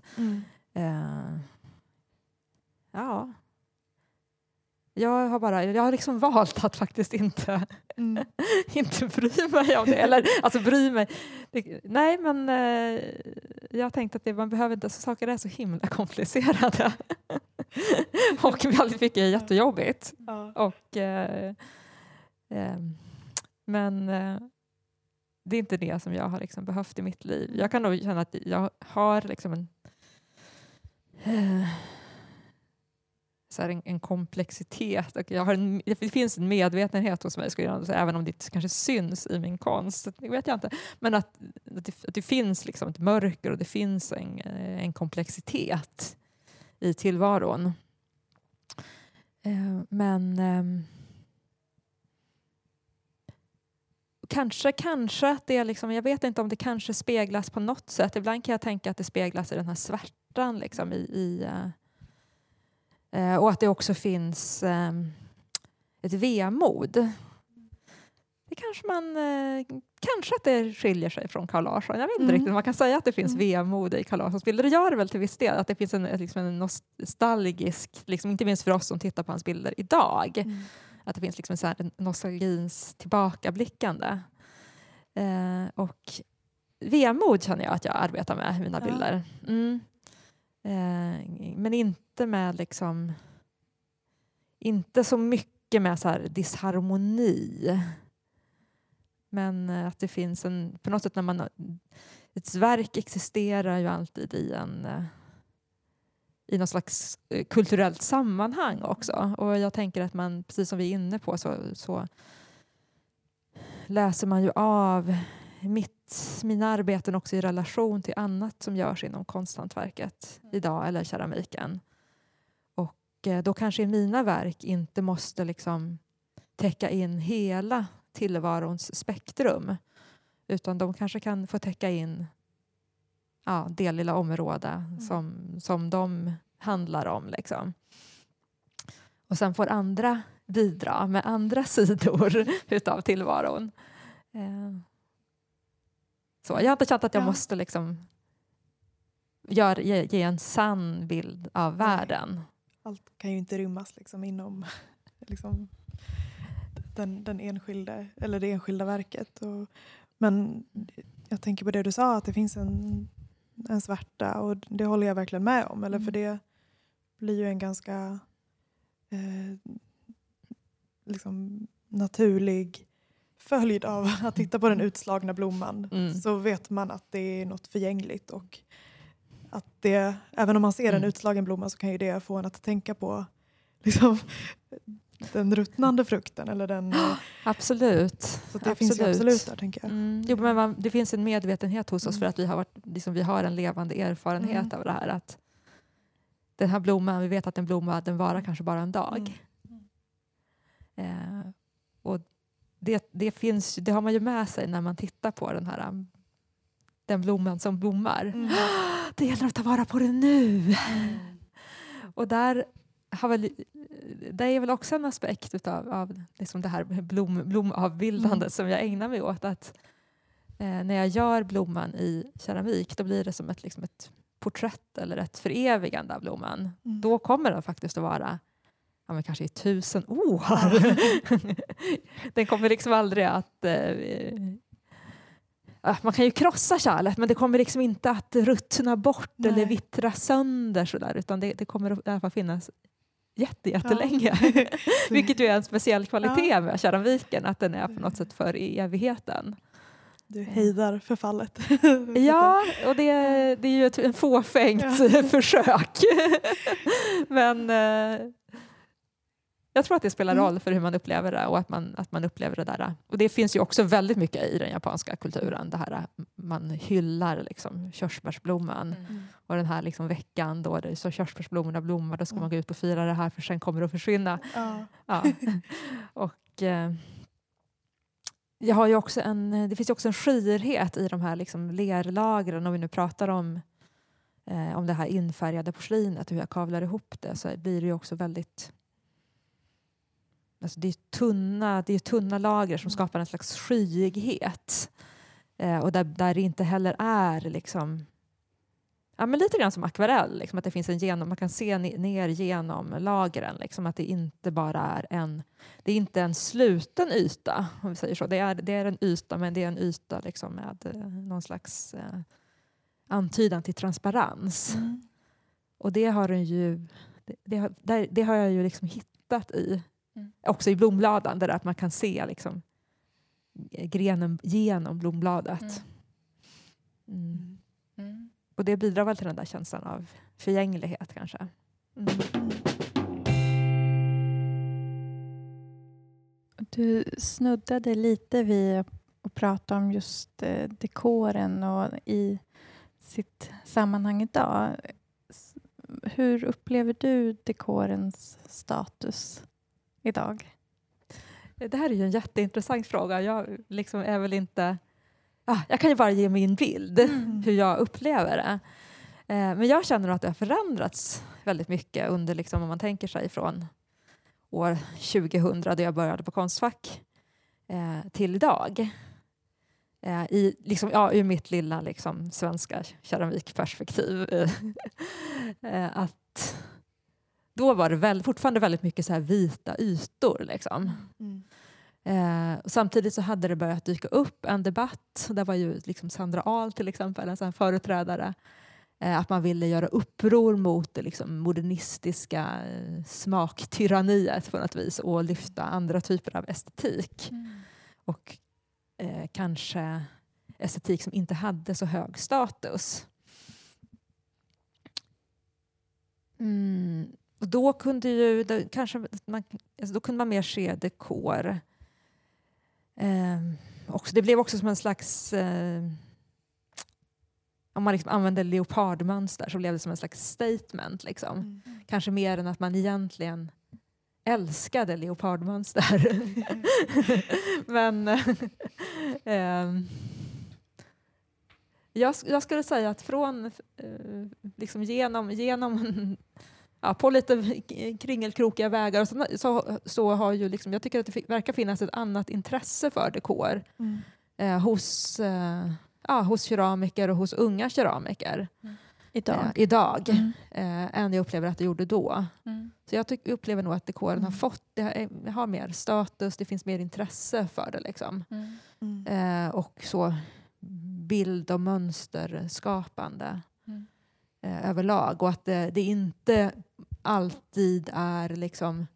Jag har liksom valt att faktiskt inte bry mig om det. Eller alltså bry mig. Nej, men jag tänkte att man behöver inte, så saker är så himla komplicerade. Och väldigt mycket är jättejobbigt. Och men det är inte det som jag har liksom behövt i mitt liv. Jag kan nog känna att jag har liksom en komplexitet, och det finns en medvetenhet hos mig, skulle jag säga, även om det inte kanske syns i min konst, det vet jag inte, men att det finns liksom ett mörker och det finns en komplexitet i tillvaron. Kanske att det är liksom, jag vet inte om det kanske speglas på något sätt. Ibland kan jag tänka att det speglas i den här svärtan liksom och att det också finns ett vemod. Det kanske att det skiljer sig från Carl Larsson. Jag vet inte riktigt. Man kan säga att det finns vemod i Carl Larssons bilder. Det gör det väl till viss del. Att det finns en nostalgisk, liksom, inte minst för oss som tittar på hans bilder idag. Att det finns liksom en nostalgins tillbakablickande. Och vemod känner jag att jag arbetar med i mina bilder. Men inte med liksom, inte så mycket med så här disharmoni. Men att det finns på något sätt när ett verk existerar ju alltid i någon slags kulturellt sammanhang också. Och jag tänker att man, precis som vi är inne på, så läser man ju av mina arbeten också i relation till annat som görs inom konsthantverket idag, eller keramiken. Och då kanske i mina verk inte måste liksom täcka in hela tillvarons spektrum, utan de kanske kan få täcka in det lilla område som de handlar om liksom. Och sen får andra bidra med andra sidor utav tillvaron. Så jag har inte känt att jag måste liksom ge en sann bild av världen. Allt kan ju inte rymmas liksom inom liksom den enskilda, eller det enskilda verket. Men jag tänker på det du sa, att det finns en svärta, och det håller jag verkligen med om. Eller för det blir ju en ganska liksom naturlig följd av att titta på den utslagna blomman. Så vet man att det är något förgängligt, och att det, även om man ser en utslagen blomma, så kan ju det få en att tänka på liksom den ruttnande frukten, eller den... Absolut. Så det finns ju absolut där, tänker jag. Jo, men det finns en medvetenhet hos oss för att vi har en levande erfarenhet av det här, att den här blomman, vi vet att en blomma, den varar kanske bara en dag. Och det har man ju med sig när man tittar på den blomman som blommar. Det gäller att ta vara på det nu. Och där är väl också en aspekt av liksom det här blomavbildandet som jag ägnar mig åt. Att när jag gör blomman i keramik, då blir det som ett porträtt eller ett förevigande av blomman. Då kommer den faktiskt att vara kanske i 1000 år. Den kommer liksom aldrig att... man kan ju krossa kärlet, men det kommer liksom inte att ruttna bort eller vittra sönder sådär, utan det kommer att i alla fall finnas jättelänge. Vilket ju är en speciell kvalitet med keramiken, att den är på något sätt för evigheten. Du hejdar förfallet. Ja, och det är ju en fåfängt försök. Men jag tror att det spelar roll för hur man upplever det, och att man upplever det där. Och det finns ju också väldigt mycket i den japanska kulturen. Det här man hyllar liksom körsbärsblomman. Och den här liksom veckan då det är så körsbärsblommorna blommar, då ska man gå ut och fira det här, för sen kommer det att försvinna. Ja. Och jag har ju också det finns ju också en skirhet i de här liksom lerlagren. Om vi nu pratar om det här infärgade porslinet och hur jag kavlar ihop det, så blir det ju också väldigt... Alltså det är tunna lager som skapar en slags skyighet. Och där det inte heller är liksom... Ja, men lite grann som akvarell. Liksom, att det finns man kan se ner genom lagren. Liksom, att det inte bara är det är inte en sluten yta, om vi säger så. Det är en yta, men det är en yta liksom, med någon slags antydan till transparens. Och det har den ju... Det har jag ju liksom hittat i. Också i blombladen, där att man kan se liksom grenen genom blombladet. Och det bidrar väl till den där känslan av förgänglighet kanske. Du snuddade lite vid att prata om just dekoren och i sitt sammanhang idag. Hur upplever du dekorens status idag? Det här är ju en jätteintressant fråga. Jag liksom är väl inte... jag kan ju bara ge min bild, hur jag upplever det. Men jag känner att det har förändrats väldigt mycket under, liksom, om man tänker sig från år 2000 då jag började på Konstfack till idag. Ur mitt lilla liksom, svenska keramikperspektiv. Att då var det fortfarande väldigt mycket så här vita ytor. Liksom. Och samtidigt så hade det börjat dyka upp en debatt. Där var ju liksom Sandra Ahl till exempel, en sån företrädare. Att man ville göra uppror mot det liksom modernistiska smaktyranniet på något vis och lyfta andra typer av estetik. Och kanske estetik som inte hade så hög status. Och då kunde ju då kunde man mer se dekor. Också, det blev också som en slags om man liksom använde leopardmönster så blev det som en slags statement. Liksom. Kanske mer än att man egentligen älskade leopardmönster. Men jag skulle säga att från liksom genom på lite kringelkrokiga vägar och så har ju liksom, jag tycker att det verkar finnas ett annat intresse för dekor hos keramiker och hos unga keramiker idag än jag upplever att det gjorde då. Så jag upplever nog att dekoren har mer status, det finns mer intresse för det liksom. Och så bild- och mönsterskapande överlag, och att det inte alltid är liksom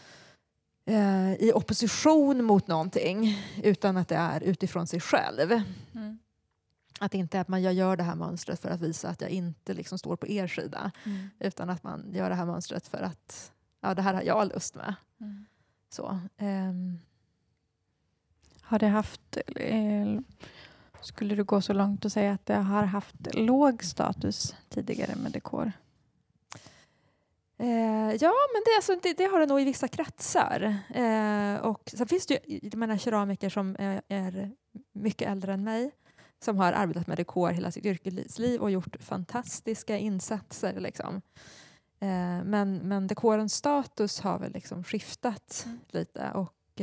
i opposition mot någonting, utan att det är utifrån sig själv. Att inte att jag gör det här mönstret för att visa att jag inte liksom står på er sida, utan att man gör det här mönstret för att det här har jag lust med. Så. Har det haft, skulle du gå så långt att säga att det har haft låg status tidigare med dekor? Ja, men det har det nog i vissa kretsar. Och sen finns det ju keramiker som är mycket äldre än mig, som har arbetat med dekor hela sitt yrkesliv och gjort fantastiska insatser. Liksom. Men dekorens status har väl liksom skiftat lite. Och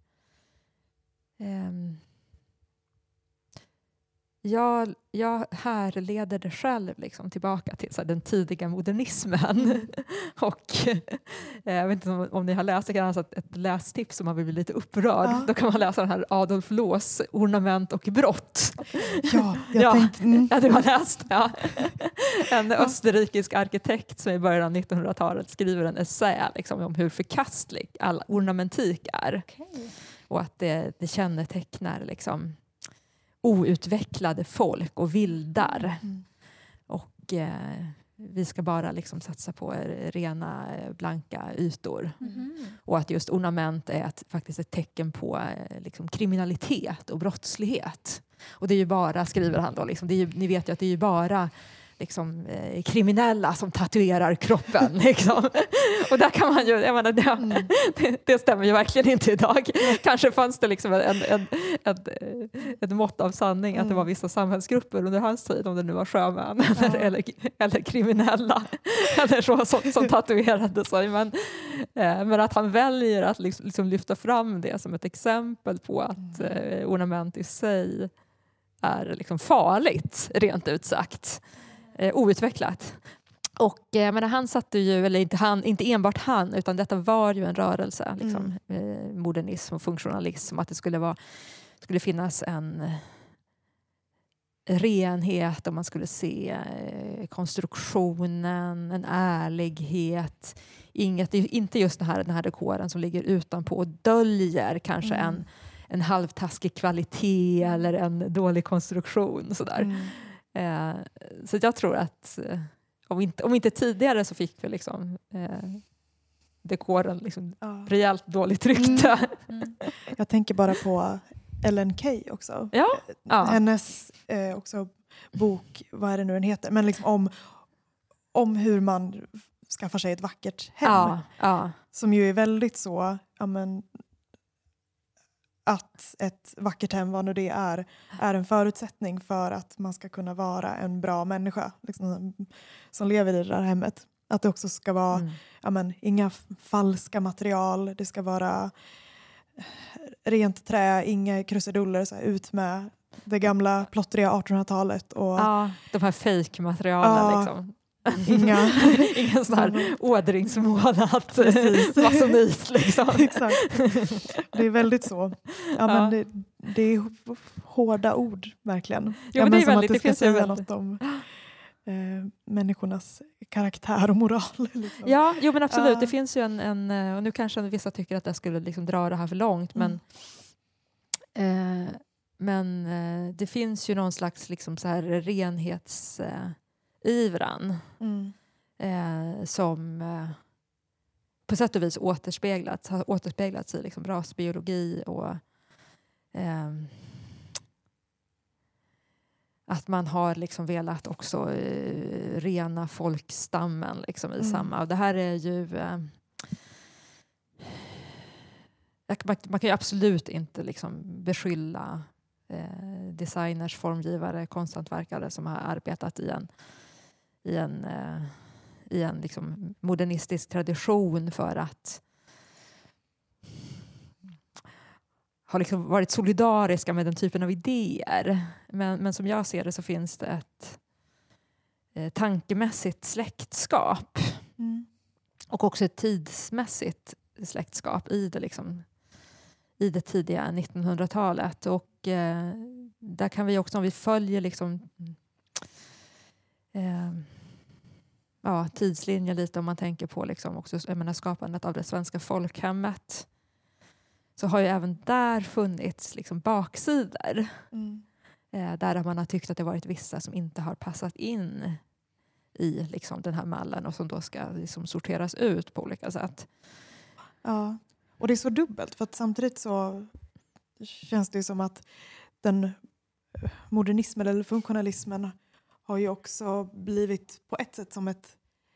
jag härleder det själv liksom tillbaka till så här, den tidiga modernismen. Och jag vet inte om ni har läst, det kan alltså ett lästips om man vill bli lite upprörd. Då kan man läsa den här Adolf Loos Ornament och brott. Ja, jag tänkte... Ja, du har läst. Ja. En österrikisk arkitekt som i början av 1900-talet skriver en essä liksom, om hur förkastlig all ornamentik är. Okay. Och att det kännetecknar liksom outvecklade folk och vildar. Och vi ska bara liksom satsa på rena blanka ytor. Och att just ornament är faktiskt ett tecken på liksom kriminalitet och brottslighet. Och det är ju bara, skriver han då, liksom, ni vet ju att det är ju bara liksom, kriminella som tatuerar kroppen. Liksom. Och där kan man ju, jag menar, det stämmer ju verkligen inte idag. Kanske fanns det liksom ett mått av sanning att det var vissa samhällsgrupper under hans tid, om det nu var sjömän eller kriminella eller så, som tatuerade sig. Men att han väljer att liksom lyfta fram det som ett exempel på att ornament i sig är liksom farligt, rent ut sagt. Outvecklat. Och han satte ju, eller inte enbart han, utan detta var ju en rörelse, liksom, modernism och funktionalism, att det skulle finnas en renhet, och man skulle se konstruktionen, en ärlighet, inte just den här dekoren som ligger utanpå och döljer kanske en halvtaskig kvalitet eller en dålig konstruktion sådär. Så jag tror att om inte tidigare så fick vi liksom dekoren liksom rejält dåligt rykte. Jag tänker bara på Ellen Key också. Hennes också bok, vad är det nu den heter, men liksom om hur man skaffar sig ett vackert hem. Som ju är väldigt så, att ett vackert hem, vad nu det är en förutsättning för att man ska kunna vara en bra människa liksom, som lever i det där hemmet. Att det också ska vara inga falska material, det ska vara rent trä, inga krusiduller, så här, ut med det gamla plottriga 1800-talet. Och, de här fake-materialen liksom. Ingen sån här ådringsmålat masonit liksom. Exakt. Det är väldigt så. Men det är hårda ord verkligen. Jo, men det är som väldigt, att det ska säga väldigt... något om människornas karaktär och moral. Liksom. Ja, jo men absolut. Det finns ju en och nu kanske vissa tycker att jag skulle liksom dra det här för långt, men det finns ju någon slags liksom så här renhetsivran som på sätt och vis har återspeglats i liksom rasbiologi och att man har liksom velat också rena folkstammen liksom i samma. Och det här är ju man kan ju absolut inte liksom beskylla designers, formgivare, konsthantverkare som har arbetat i en liksom modernistisk tradition för att har liksom varit solidariska med den typen av idéer. Men som jag ser det så finns det ett tankemässigt släktskap och också ett tidsmässigt släktskap i det tidiga 1900-talet. Och där kan vi också, om vi följer liksom tidslinjen lite, om man tänker på liksom också, skapandet av det svenska folkhemmet, så har ju även där funnits liksom baksidor. Där man har tyckt att det varit vissa som inte har passat in i liksom den här mallen och som då ska liksom sorteras ut på olika sätt. Ja, och det är så dubbelt, för att samtidigt så känns det som att den modernismen eller funktionalismen har ju också blivit på ett sätt som ett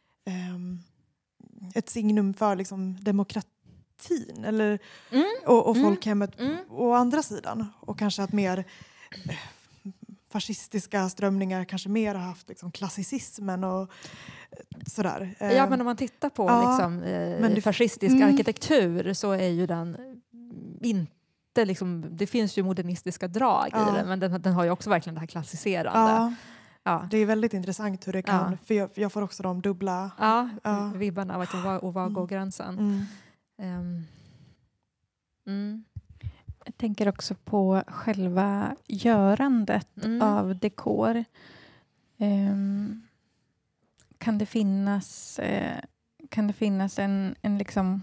signum för liksom demokratin eller, och folkhemmet å andra sidan. Och kanske att mer fascistiska strömningar kanske mer har haft liksom klassicismen och sådär. Ja, men om man tittar på fascistisk arkitektur så är ju den inte liksom, det finns ju modernistiska drag i den, men den har ju också verkligen det här klassiserande. Ja. Det är väldigt intressant hur det kan, för jag får också de dubbla vibbarna av att var går gränsen. Jag tänker också på själva görandet av dekor. Kan det finnas en liksom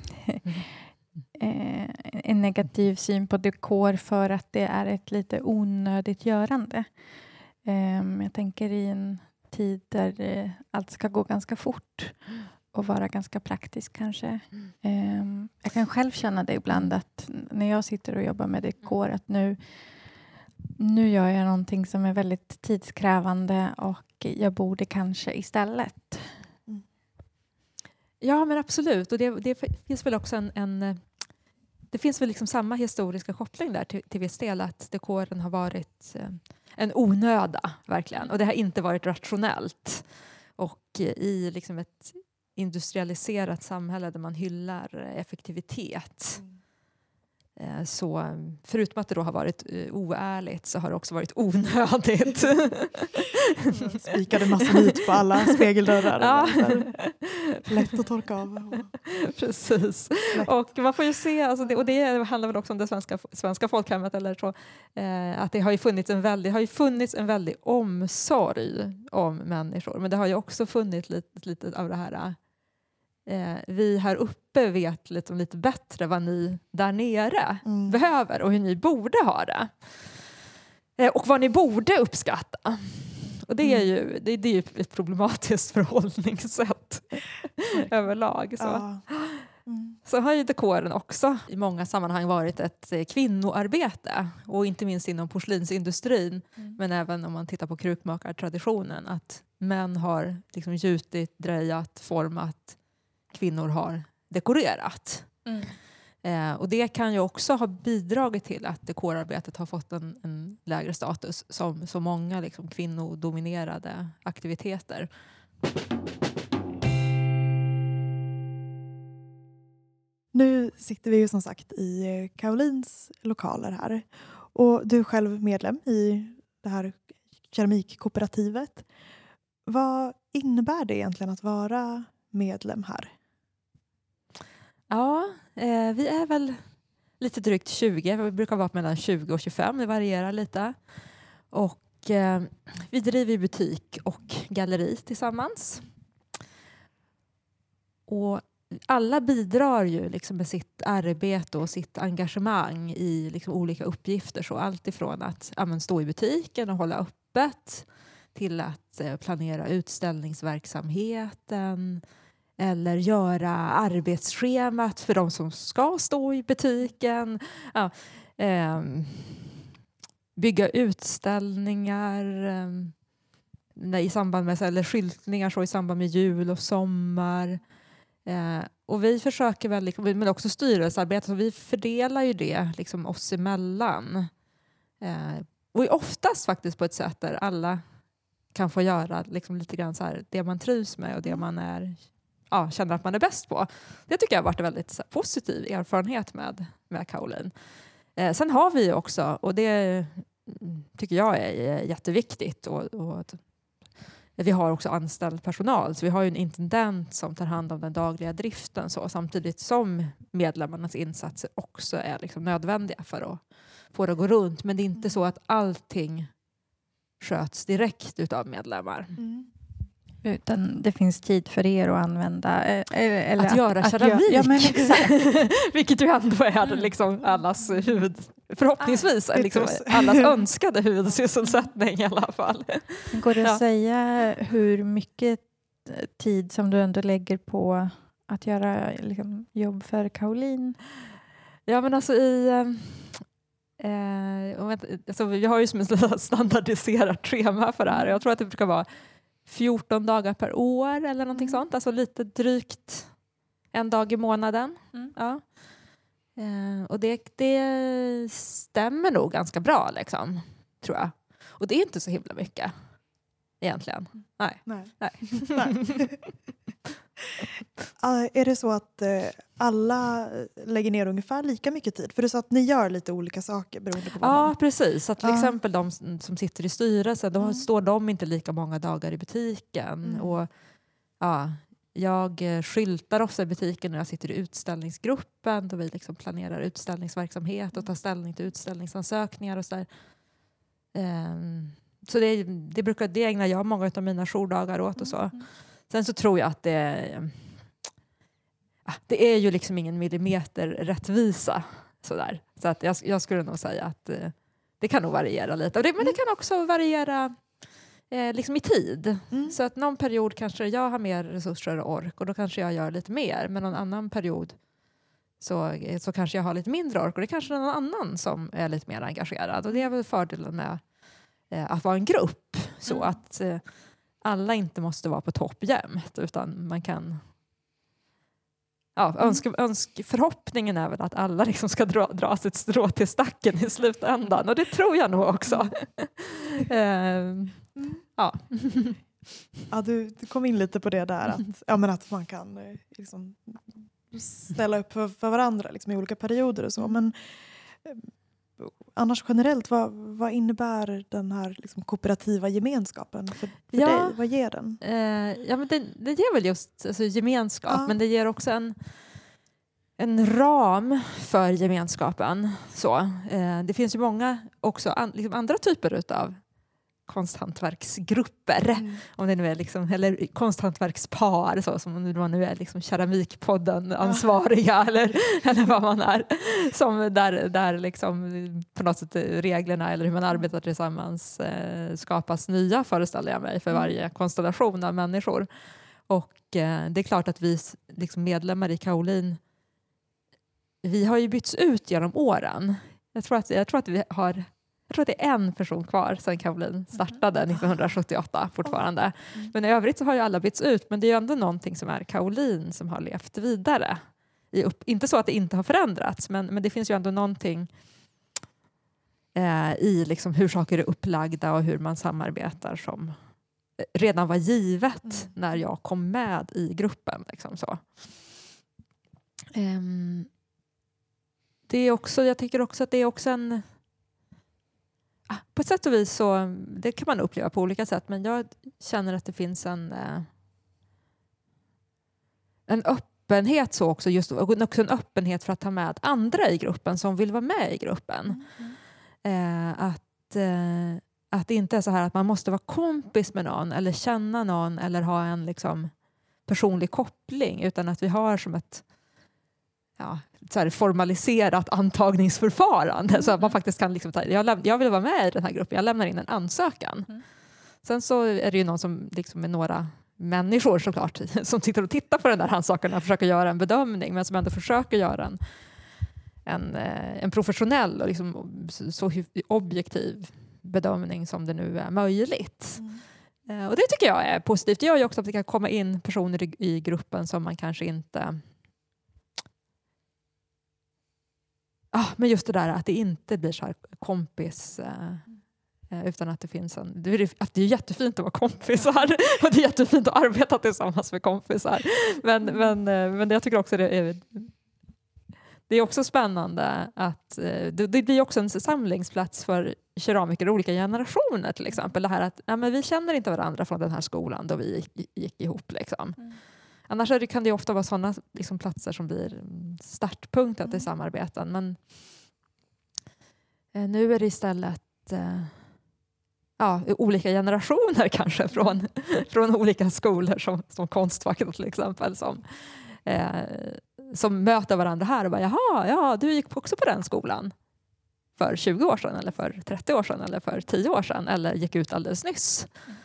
en negativ syn på dekor för att det är ett lite onödigt görande? Jag tänker i en tid där allt ska gå ganska fort och vara ganska praktisk kanske. Jag kan själv känna det ibland att när jag sitter och jobbar med dekor att nu gör jag någonting som är väldigt tidskrävande och jag borde kanske istället. Ja, men absolut. Och det finns väl också det finns väl liksom samma historiska koppling där till viss del, att dekoren har varit en onöda verkligen. Och det har inte varit rationellt. Och i liksom ett industrialiserat samhälle där man hyllar effektivitet, så förutom att det då har varit oärligt så har det också varit onödigt. Spikade masonit på alla spegeldörrar. Lätt att torka av. Precis. Och man får ju se, alltså det handlar väl också om det svenska folkhemmet eller så, att det har ju funnits en väldig omsorg om människor, men det har ju också funnits lite av det här vi här uppe vet lite bättre vad ni där nere behöver och hur ni borde ha det. Och vad ni borde uppskatta. Och det är ju ett problematiskt förhållningssätt överlag. Så har ju dekoren också i många sammanhang varit ett kvinnoarbete. Och inte minst inom porslinsindustrin. Men även om man tittar på krukmakartraditionen. Att män har liksom gjutit, drejat, format. Kvinnor har dekorerat. Och det kan ju också ha bidragit till att dekorarbetet har fått en lägre status som så många liksom kvinnodominerade aktiviteter. Nu sitter vi ju som sagt i Kaolins lokaler här. Och du är själv medlem i det här keramikkooperativet. Vad innebär det egentligen att vara medlem här? Ja, vi är väl lite drygt 20. Vi brukar vara mellan 20 och 25. Det varierar lite. Och vi driver butik och galleri tillsammans. Och alla bidrar ju liksom med sitt arbete och sitt engagemang i liksom olika uppgifter. Så allt ifrån att stå i butiken och hålla öppet till att planera utställningsverksamheten eller göra arbetsschemat för de som ska stå i butiken. Bygga utställningar i samband med, eller skyltningar så i samband med jul och sommar. Och vi försöker väl, men också styrelsearbete, så vi fördelar ju det liksom oss emellan. Och oftast faktiskt på ett sätt där alla kan få göra liksom lite grann så här, det man trivs med och det man känner att man är bäst på. Det tycker jag har varit en väldigt så här, positiv erfarenhet med Kaolin. Sen har vi också, och det tycker jag är jätteviktigt, och vi har också anställd personal, så vi har ju en intendent som tar hand om den dagliga driften, så samtidigt som medlemmarnas insatser också är liksom nödvändiga för att få det att gå runt. Men det är inte så att allting sköts direkt utav medlemmar. Utan det finns tid för er att använda eller att göra keramik. Ja, men exakt. Vilket ju ändå är liksom allas förhoppningsvis liksom allas önskade huvudsysselsättning i alla fall. Går det att säga hur mycket tid som du ändå lägger på att göra liksom, jobb för Kaolin? Ja, men alltså vi har ju som en standardiserat schema för det här. Jag tror att det brukar vara 14 dagar per år eller någonting sånt. Alltså lite drygt en dag i månaden. Ja. Och det stämmer nog ganska bra liksom, tror jag. Och det är inte så himla mycket egentligen. Nej. Är det så att alla lägger ner ungefär lika mycket tid? För det är så att ni gör lite olika saker beroende på vad Ja, precis. Så att till exempel de som sitter i styrelsen, då står de inte lika många dagar i butiken. Och jag skyltar också i butiken när jag sitter i utställningsgruppen, då vi liksom planerar utställningsverksamhet och tar ställning till utställningsansökningar och sådär. Så det ägnar jag många av mina jourdagar åt och så. Sen så tror jag att det är ju liksom ingen millimeter rättvisa sådär. Så att jag skulle nog säga att det kan nog variera lite. Men det kan också variera liksom i tid. Så att någon period kanske jag har mer resurser och ork, och då kanske jag gör lite mer. Men någon annan period så kanske jag har lite mindre ork, och det är kanske någon annan som är lite mer engagerad. Och det är väl fördelen med att vara en grupp. Så att alla inte måste vara på topp jämt, utan man kan förhoppningen är väl att alla liksom ska dra sitt strå till stacken i slutändan, och det tror jag nog också. Du kom in lite på det där att man kan liksom ställa upp för varandra liksom i olika perioder och så, men annars generellt, vad innebär den här liksom kooperativa gemenskapen för dig? Vad ger den? Men det ger väl just gemenskap, men det ger också en ram för gemenskapen. Så, det finns ju många också liksom andra typer utav konsthantverksgrupper, om det nu är liksom, eller konsthantverkspar, så som man nu är liksom keramikpodden ansvariga eller vad man är, som där liksom på något sätt reglerna eller hur man arbetar tillsammans skapas nya, föreställer jag mig, för varje konstellation av människor. Och det är klart att vi liksom medlemmar i Kaolin, vi har ju bytts ut genom åren. Jag tror att det är en person kvar sedan Kaolin startade 1978 fortfarande. Men i övrigt så har ju alla bytts ut. Men det är ju ändå någonting som är Kaolin som har levt vidare. inte så att det inte har förändrats, men det finns ju ändå någonting i liksom hur saker är upplagda och hur man samarbetar som redan var givet när jag kom med i gruppen. Liksom så. Det är också, jag tycker också att det är också en... På ett sätt och vis så, det kan man uppleva på olika sätt, men jag känner att det finns en öppenhet så också, och också en öppenhet för att ta med andra i gruppen som vill vara med i gruppen. Att det inte är så här att man måste vara kompis med någon eller känna någon eller ha en liksom personlig koppling, utan att vi har som ett så här formaliserat antagningsförfarande så att man faktiskt kan liksom, jag vill vara med i den här gruppen, jag lämnar in en ansökan. Sen så är det ju någon som liksom är några människor såklart som sitter och tittar på den där ansökan och försöker göra en bedömning, men som ändå försöker göra en professionell och liksom så objektiv bedömning som det nu är möjligt. Och det tycker jag är positivt. Det gör ju också att det kan komma in personer i gruppen som man kanske inte... men just det där att det inte blir så här kompis... utan att det finns att det är jättefint att vara kompisar och det är jättefint att arbeta tillsammans med kompisar. Men jag tycker också det är också spännande att det blir också en samlingsplats för keramiker i olika generationer till exempel. Det här att men vi känner inte varandra från den här skolan då vi gick ihop. Liksom. Annars kan det ofta vara sådana liksom, platser som blir startpunkter till samarbeten. Men nu är det istället olika generationer kanske från olika skolor som Konstfacket till exempel som möter varandra här och bara du gick också på den skolan för 20 år sedan eller för 30 år sedan eller för 10 år sedan eller gick ut alldeles nyss.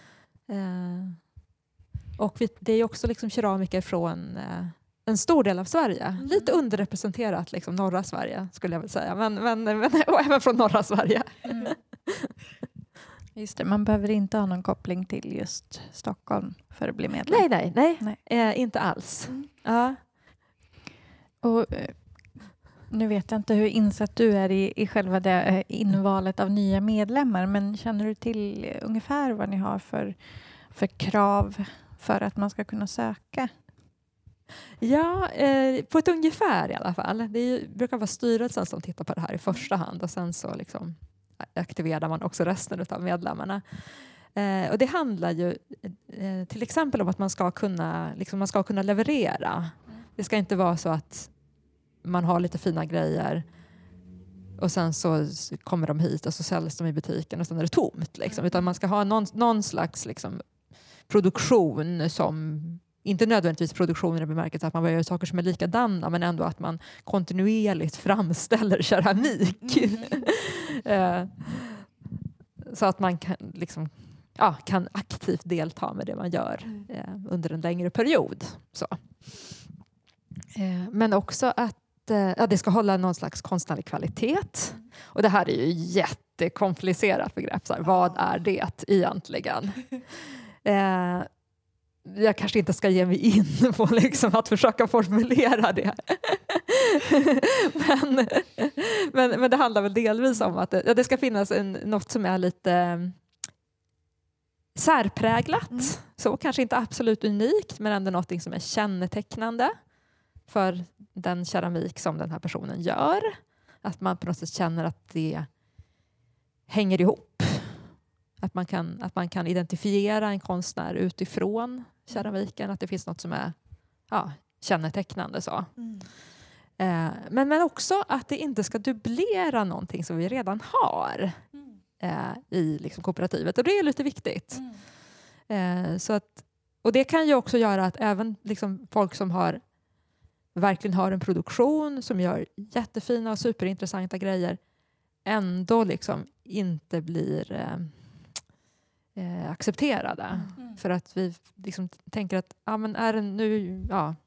Och det är också liksom keramiker från en stor del av Sverige. Lite underrepresenterat liksom norra Sverige skulle jag väl säga. Men och även från norra Sverige. Just det, man behöver inte ha någon koppling till just Stockholm för att bli medlem. Nej. Inte alls. Ja. Och nu vet jag inte hur insatt du är i själva det invalet av nya medlemmar, men känner du till ungefär vad ni har för krav för att man ska kunna söka? Ja, på ett ungefär i alla fall. Det brukar vara styrelsen som tittar på det här i första hand och sen så liksom aktiverar man också resten av medlemmarna. Och det handlar ju till exempel om att man ska kunna leverera. Det ska inte vara så att man har lite fina grejer och sen så kommer de hit och så säljs de i butiken och sen är det tomt. Liksom. Utan man ska ha någon slags liksom, produktion som, inte nödvändigtvis produktion i det bemärkelsen att man gör saker som är likadana, men ändå att man kontinuerligt framställer keramik. Så att man kan, liksom, kan aktivt delta med det man gör under en längre period. Så. Men också att det ska hålla någon slags konstnärlig kvalitet. Och det här är ju jättekomplicerat begrepp. Så här, vad är det egentligen? Jag kanske inte ska ge mig in på liksom att försöka formulera det. men det handlar väl delvis om att det ska finnas något som är lite särpräglat. Så kanske inte absolut unikt, men ändå något som är kännetecknande för den keramik som den här personen gör. Att man på något sätt känner att det hänger ihop. Att man kan identifiera en konstnär utifrån keramiken. Att det finns något som är kännetecknande. Så. Men också att det inte ska dubblera någonting som vi redan har i liksom kooperativet. Och det är lite viktigt. Och det kan ju också göra att även liksom folk som verkligen har en produktion som gör jättefina och superintressanta grejer ändå liksom inte blir accepterade. För att vi liksom tänker att är det nu,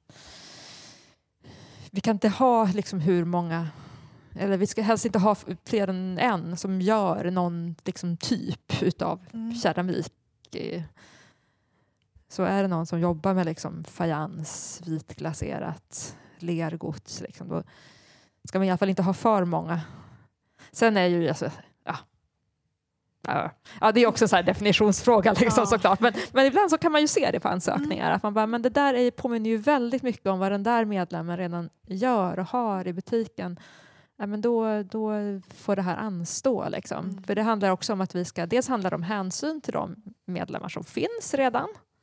vi kan inte ha liksom hur många, eller vi ska helst inte ha fler än en som gör någon liksom typ utav keramik. Så är det någon som jobbar med liksom fajans, vitglaserat, lergods. Liksom. Då ska man i alla fall inte ha för många. Sen är ju det är också en sån här definitionsfråga liksom, såklart. Men ibland så kan man ju se det på ansökningar. Att man bara, men det där påminner ju väldigt mycket om vad den där medlemmen redan gör och har i butiken. Ja, men då får det här anstå. Liksom. För det handlar också om att vi ska, dels handlar det om hänsyn till de medlemmar som finns redan.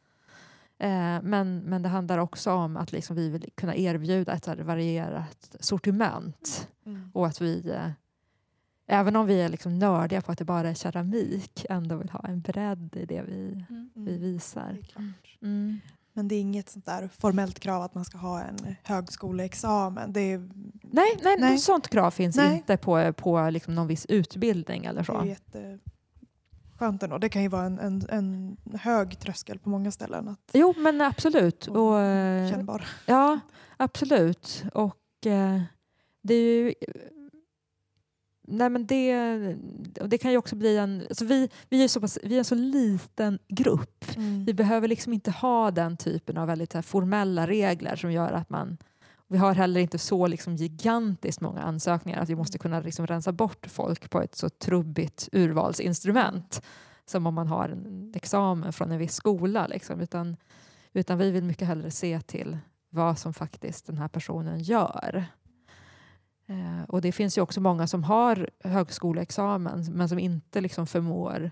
Men det handlar också om att liksom, vi vill kunna erbjuda ett varierat sortiment. Och att vi, även om vi är liksom nördiga på att det bara är keramik, ändå vill ha en bredd i det vi visar. Det är klart. Men det är inget sånt där formellt krav att man ska ha en högskoleexamen. Det är... Nej. Sånt krav finns inte på liksom någon viss utbildning eller så. Det är jätteskönt ändå. Det kan ju vara en hög tröskel på många ställen. Jo, men absolut. Och kännbar. Ja, absolut. Och det är ju... Nej, men det kan ju också bli alltså vi är en så liten grupp. Vi behöver liksom inte ha den typen av väldigt formella regler som gör att vi har heller inte så liksom gigantiskt många ansökningar att vi måste kunna liksom rensa bort folk på ett så trubbigt urvalsinstrument som om man har en examen från en viss skola liksom. Utan vi vill mycket hellre se till vad som faktiskt den här personen gör. Och det finns ju också många som har högskoleexamen men som inte liksom förmår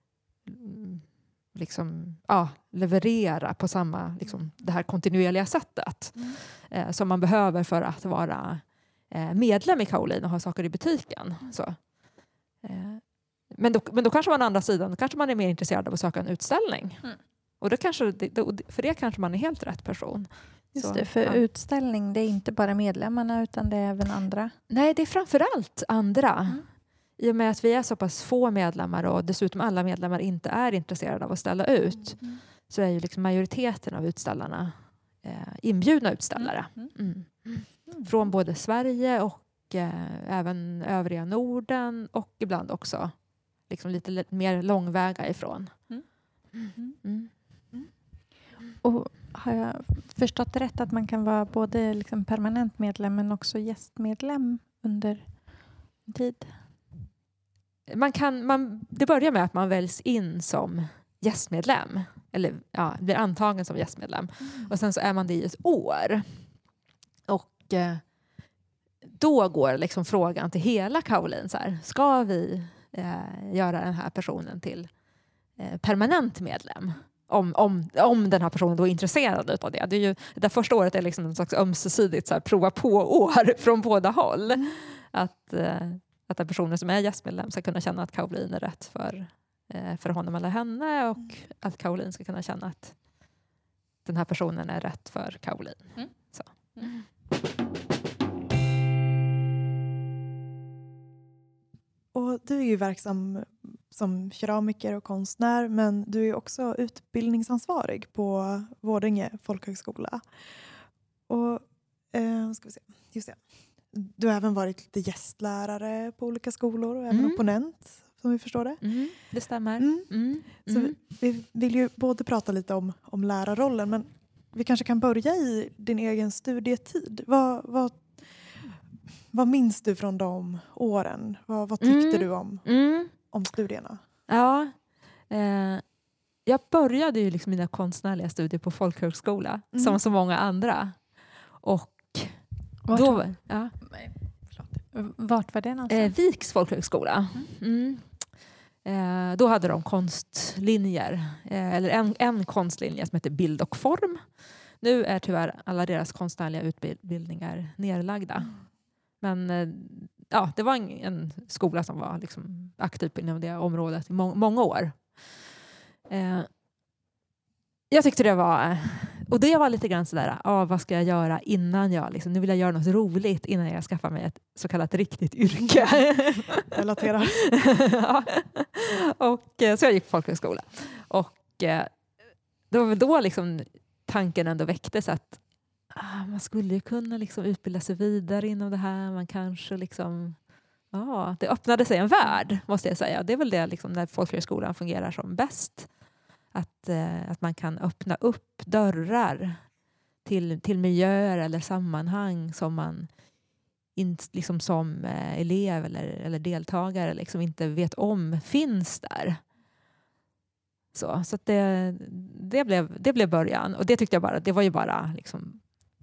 liksom, leverera på samma liksom, det här kontinuerliga sättet som man behöver för att vara medlem i Kaolin och ha saker i butiken. Så. Men då kanske man å andra sidan kanske man är mer intresserad av att söka en utställning. Och då för det kanske man är helt rätt person. Just det, för utställning det är inte bara medlemmarna utan det är även andra. Nej, det är framförallt andra. I och med att vi är så pass få medlemmar och dessutom alla medlemmar inte är intresserade av att ställa ut så är ju liksom majoriteten av utställarna inbjudna utställare. Från både Sverige och även övriga Norden och ibland också liksom lite mer långväga ifrån. Och har jag förstått rätt att man kan vara både liksom permanent medlem men också gästmedlem under en tid? Det börjar med att man väljs in som gästmedlem. Eller blir antagen som gästmedlem. Och sen så är man det i ett år. Och då går liksom frågan till hela Kaolin. Så här, ska vi göra den här personen till permanent medlem? Om den här personen då är intresserad av det. Det är ju, det första året är liksom en slags ömsesidigt så här, prova på-år från båda håll. Att den personen som är gästmedlem ska kunna känna att Kaolin är rätt för honom eller henne och att Kaolin ska kunna känna att den här personen är rätt för Kaolin. Så. Och du är ju verksam som keramiker och konstnär, men du är också utbildningsansvarig på Vårdinge folkhögskola. Och ska vi se, just det. Du har även varit lite gästlärare på olika skolor och även opponent, som vi förstår det. Det stämmer. Så vi vill ju både prata lite om lärarrollen, men vi kanske kan börja i din egen studietid. Vad minns du från de åren? Vad tyckte du om studierna? Ja, jag började ju liksom mina konstnärliga studier på folkhögskola som så många andra. Och Vart var det någonstans? Viks folkhögskola. Då hade de konstlinjer, eller en konstlinje som heter bild och form. Nu är tyvärr alla deras konstnärliga utbildningar nerlagda. Men det var en skola som var liksom aktiv inom det området i många år. Jag tyckte det var... Och det var lite grann sådär, vad ska jag göra innan jag... Liksom, nu vill jag göra något roligt innan jag skaffar mig ett så kallat riktigt yrke. Relaterar. Och så jag gick på folkhögskola. Och då liksom tanken ändå väcktes att man skulle ju kunna liksom utbilda sig vidare inom det här. Man kanske liksom... det öppnade sig en värld, måste jag säga. Det är väl det liksom, när folkhögskolan fungerar som bäst. Att man kan öppna upp dörrar till miljöer eller sammanhang som man liksom som elev eller deltagare liksom inte vet om finns där. Så att det blev början. Och det tyckte jag bara, det var ju bara liksom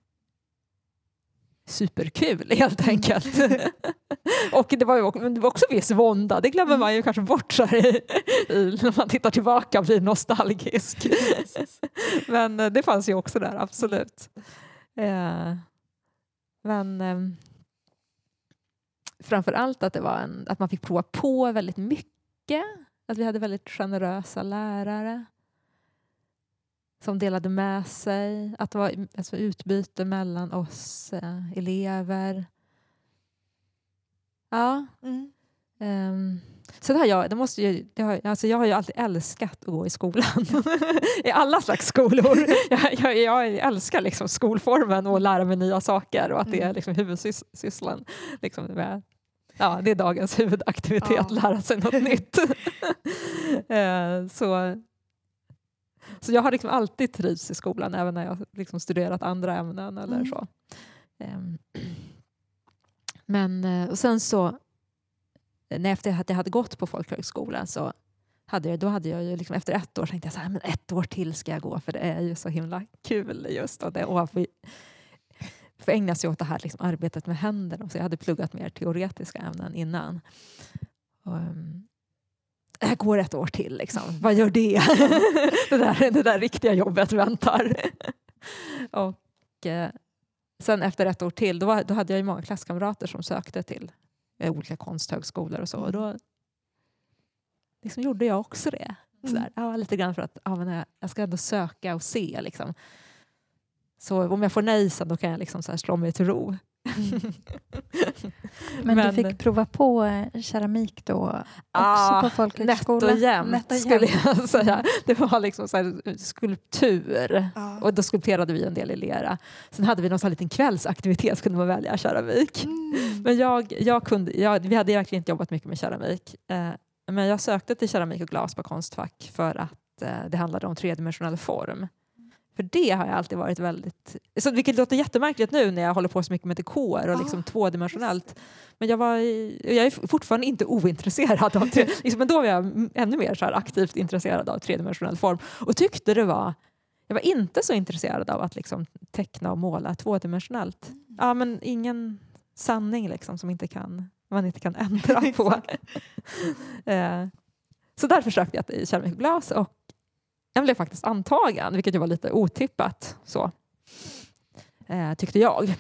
superkul helt enkelt. Och det var också viss vånda. Det glömmer man ju kanske bort så här när man tittar tillbaka och blir nostalgisk. Men det fanns ju också där, absolut. Men framförallt att det var att man fick prova på väldigt mycket. Att vi hade väldigt generösa lärare som delade med sig. Att det var alltså utbyte mellan oss elever. Ja. Så det har jag har ju alltid älskat att gå i skolan. I alla slags skolor. Jag älskar liksom skolformen och lära mig nya saker. Och att det är liksom huvudsysslan. Liksom med, det är dagens huvudaktivitet, lära sig något nytt. Så jag har liksom alltid trivts i skolan, även när jag liksom studerat andra ämnen eller så. Men och sen så efter att jag hade gått på folkhögskolan så hade jag ju liksom efter 1 år tänkte jag så här, men 1 år till ska jag gå, för det är ju så himla kul just och vi får ägna sig åt det här liksom arbetet med händerna. Så jag hade pluggat mer teoretiska ämnen innan. Och, det går 1 år till liksom. Vad gör det? det där riktiga jobbet väntar. Och sen efter 1 år till då hade jag ju många klasskamrater som sökte till olika konsthögskolor och så. Och då liksom gjorde jag också det. Sådär. Lite grann för att jag ska ändå söka och se liksom. Så om jag får nej sen då kan jag liksom så här slå mig till ro. Men du fick prova på keramik då också på folkhögskola? Nätt och jämnt skulle jag säga. Det var liksom så här skulptur. Och då skulpterade vi en del i lera. Sen hade vi någon sån här liten kvällsaktivitet, kunde man välja keramik. Men vi hade verkligen inte jobbat mycket med keramik. Men jag sökte till keramik och glas på Konstfack för att det handlade om tredimensionell form. För det har jag alltid varit väldigt... Vilket låter jättemärkligt nu när jag håller på så mycket med dekor och liksom tvådimensionellt. Men jag är fortfarande inte ointresserad av men då var jag ännu mer så här aktivt intresserad av tredimensionell form. Och tyckte jag var inte så intresserad av att liksom teckna och måla tvådimensionellt. Ja, men ingen sanning liksom som man inte kan ändra på. Så därför sökte jag till keramik och glas och jag blev faktiskt antagen, vilket ju var lite otippat så. Tyckte jag.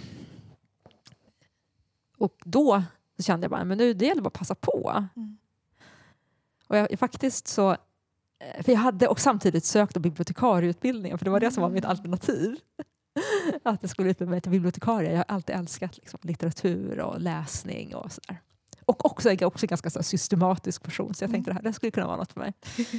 Och då kände jag bara, men nu det gäller bara att passa på. Och jag faktiskt så, för jag hade och samtidigt sökt bibliotekarieutbildningen, för det var det som var mitt alternativ. Att jag skulle utbilda mig till bibliotekarie. Jag har alltid älskat liksom, litteratur och läsning och sådär. Och också en ganska så systematisk person, så jag tänkte det skulle kunna vara något för mig.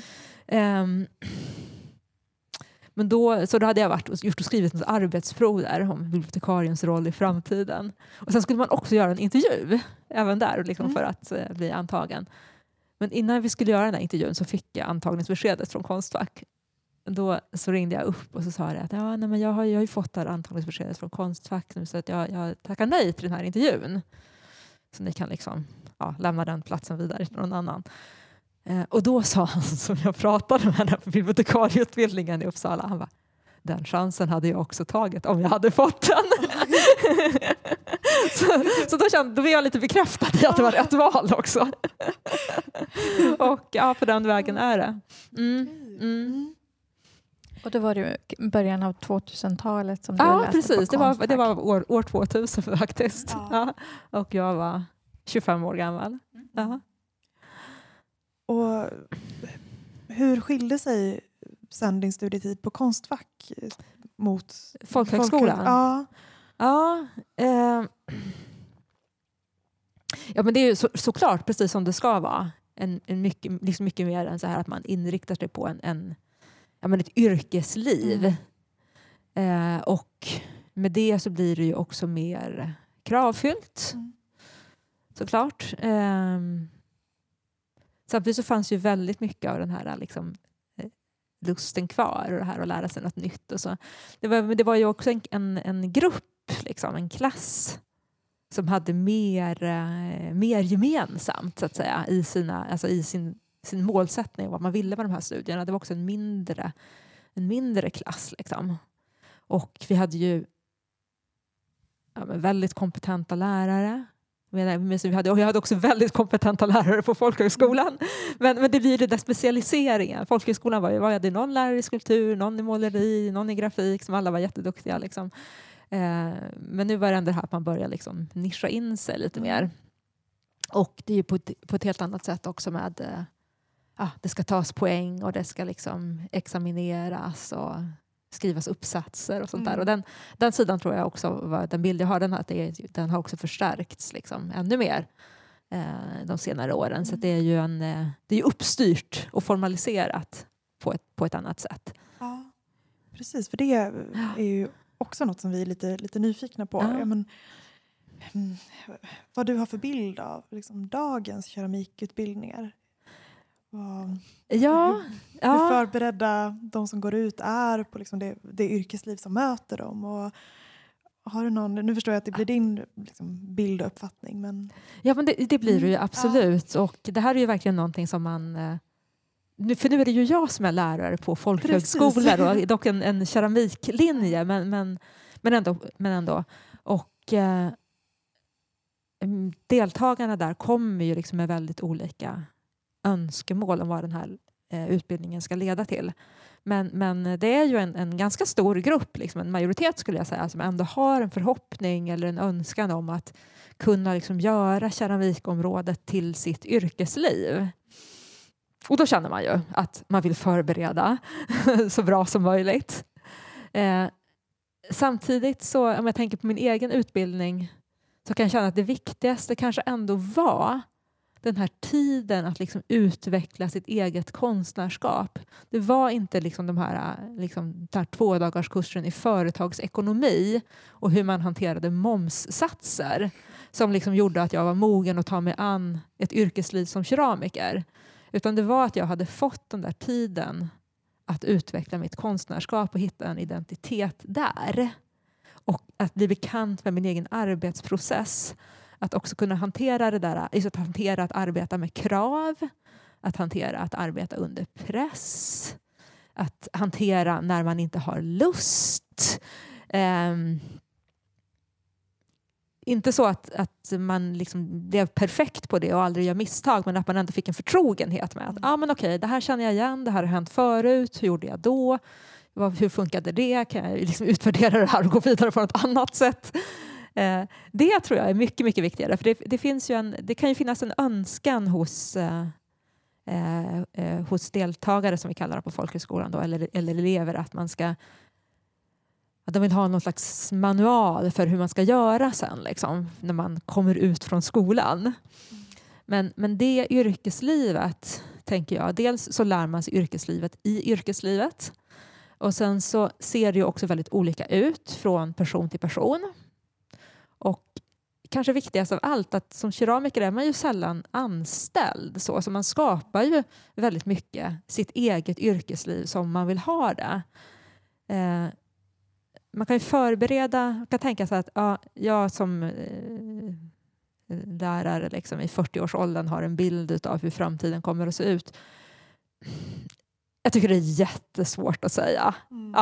Men då hade jag varit och skrivit ett arbetsprov där om bibliotekariens roll i framtiden. Och sen skulle man också göra en intervju även där liksom, för att bli antagen. Men innan vi skulle göra den här intervjun så fick jag antagningsbeskedet från Konstfack. Då så ringde jag upp och så sa jag att jag har ju fått det här antagningsbeskedet från Konstfack nu, så att jag tackar nej till den här intervjun. Så ni kan liksom lämna den platsen vidare till någon annan. Och då sa han, som jag pratade med henne på bibliotekarieutbildningen i Uppsala, han bara, den chansen hade jag också tagit om jag hade fått den. så då blev jag lite bekräftad i att det var rätt val också. Och på den vägen är det. Och då var det början av 2000-talet som du läste precis. på Konstfack. Det var år 2000 faktiskt. Ja. Och jag var 25 år gammal. Ja. Och hur skilde sig sen din studietid på Konstfack mot folkhögskolan? Ja, men det är ju såklart precis som det ska vara. Mycket mer än så här att man inriktar sig på ett yrkesliv. Och med det så blir det ju också mer kravfyllt. Såklart. Samtidigt så fanns ju väldigt mycket av den här liksom, lusten kvar och det här att lära sig något nytt. Och så. Det var ju också en grupp, liksom, en klass som hade mer gemensamt så att säga i sin målsättning, vad man ville med de här studierna. Det var också en mindre klass liksom. Och vi hade ju väldigt kompetenta lärare. Jag hade också väldigt kompetenta lärare på folkhögskolan. Men det blir det där specialiseringen. Folkhögskolan var hade någon lärare i skulptur, någon i måleri, någon i grafik som alla var jätteduktiga. Liksom. Men nu var det ändå det här att man börjar liksom nischa in sig lite mer. Och det är ju på ett helt annat sätt också med det ska tas poäng och det ska liksom examineras och skrivas uppsatser och sånt där. Och den sidan tror jag också, den bild jag har, den har också förstärkts liksom ännu mer de senare åren. Så det är ju det är uppstyrt och formaliserat på ett annat sätt. Ja, precis. För det är ju också något som vi är lite nyfikna på. Ja. Ja, men, vad du har för bild av liksom, dagens keramikutbildningar. Hur förberedda de som går ut är på liksom det yrkesliv som möter dem. Och har du någon, nu förstår jag att det blir din liksom, bild och uppfattning. Men... Ja, men det blir det ju absolut. Och det här är ju verkligen någonting som man... För nu är det ju jag som är lärare på folkhögskolor och dock en keramiklinje. Men ändå. Och deltagarna där kommer ju liksom med väldigt olika önskemål om vad den här utbildningen ska leda till. Men det är ju en ganska stor grupp, liksom en majoritet skulle jag säga, som ändå har en förhoppning eller en önskan om att kunna liksom göra keramikområdet till sitt yrkesliv. Och då känner man ju att man vill förbereda så bra som möjligt. Samtidigt så, om jag tänker på min egen utbildning, så kan jag känna att det viktigaste kanske ändå var den här tiden att liksom utveckla sitt eget konstnärskap. Det var inte liksom den här 2-dagarskursen i företagsekonomi och hur man hanterade momssatser som liksom gjorde att jag var mogen att ta mig an ett yrkesliv som keramiker. Utan det var att jag hade fått den där tiden att utveckla mitt konstnärskap och hitta en identitet där. Och att bli bekant med min egen arbetsprocess. Att också kunna hantera det där, att hantera att arbeta med krav, att hantera att arbeta under press, att hantera när man inte har lust. Inte så att man liksom blev perfekt på det och aldrig gör misstag, men att man ändå fick en förtrogenhet med att men okej, det här känner jag igen, det här har hänt förut, hur gjorde jag då? Hur funkade det? Kan jag liksom utvärdera det här och gå vidare på något annat sätt? Det tror jag är mycket, mycket viktigare. För det kan ju finnas en önskan hos deltagare, som vi kallar det på folkhögskolan då, eller elever, att de vill ha någon slags manual för hur man ska göra sen liksom, när man kommer ut från skolan. Men det yrkeslivet, tänker jag, dels så lär man sig yrkeslivet i yrkeslivet. Och sen så ser det ju också väldigt olika ut från person till person. Och kanske viktigast av allt, att som keramiker är man ju sällan anställd. Så man skapar ju väldigt mycket sitt eget yrkesliv som man vill ha det. Man kan ju man kan tänka sig att jag som lärare liksom i 40-årsåldern har en bild av hur framtiden kommer att se ut. Jag tycker det är jättesvårt att säga.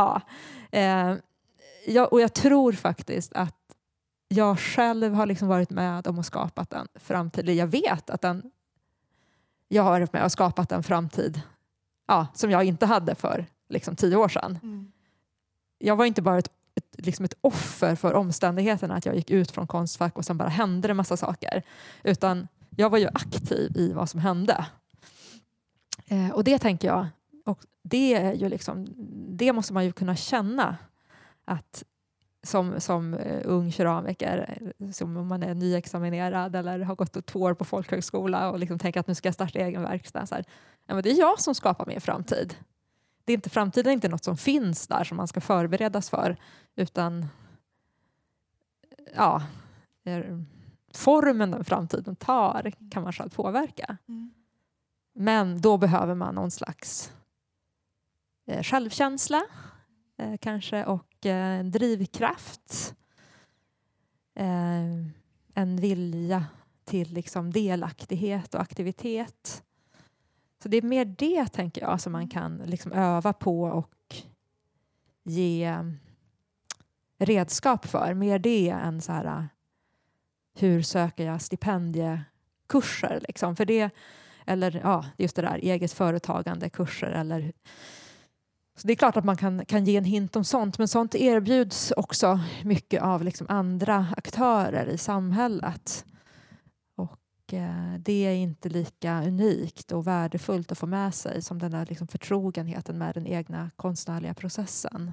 Och jag tror faktiskt att jag själv har liksom varit med om att skapa en framtid. Jag vet att jag har varit med och skapat en framtid som jag inte hade för liksom 10 år sedan. Jag var inte bara ett offer för omständigheterna, att jag gick ut från Konstfack och sen bara hände det massa saker. Utan jag var ju aktiv i vad som hände. Och det tänker jag, och det är ju liksom, det måste man ju kunna känna att som ung keramiker, som om man är nyexaminerad eller har gått 2 år på folkhögskola och liksom tänker att nu ska jag starta egen verkstad. Så här. Men det är jag som skapar min framtid. Framtiden är inte något som finns där som man ska förberedas för, utan formen den framtiden tar kan man själv påverka. Men då behöver man någon slags självkänsla kanske och drivkraft. En vilja till liksom delaktighet och aktivitet. Så det är mer det, tänker jag, som man kan liksom öva på och ge redskap för. Mer det än så här, hur söker jag stipendiekurser liksom. För det, eller ja, just det där, eget företagande kurser eller. Så det är klart att man kan ge en hint om sånt, men sånt erbjuds också mycket av liksom andra aktörer i samhället. Och det är inte lika unikt och värdefullt att få med sig som den där liksom förtrogenheten med den egna konstnärliga processen.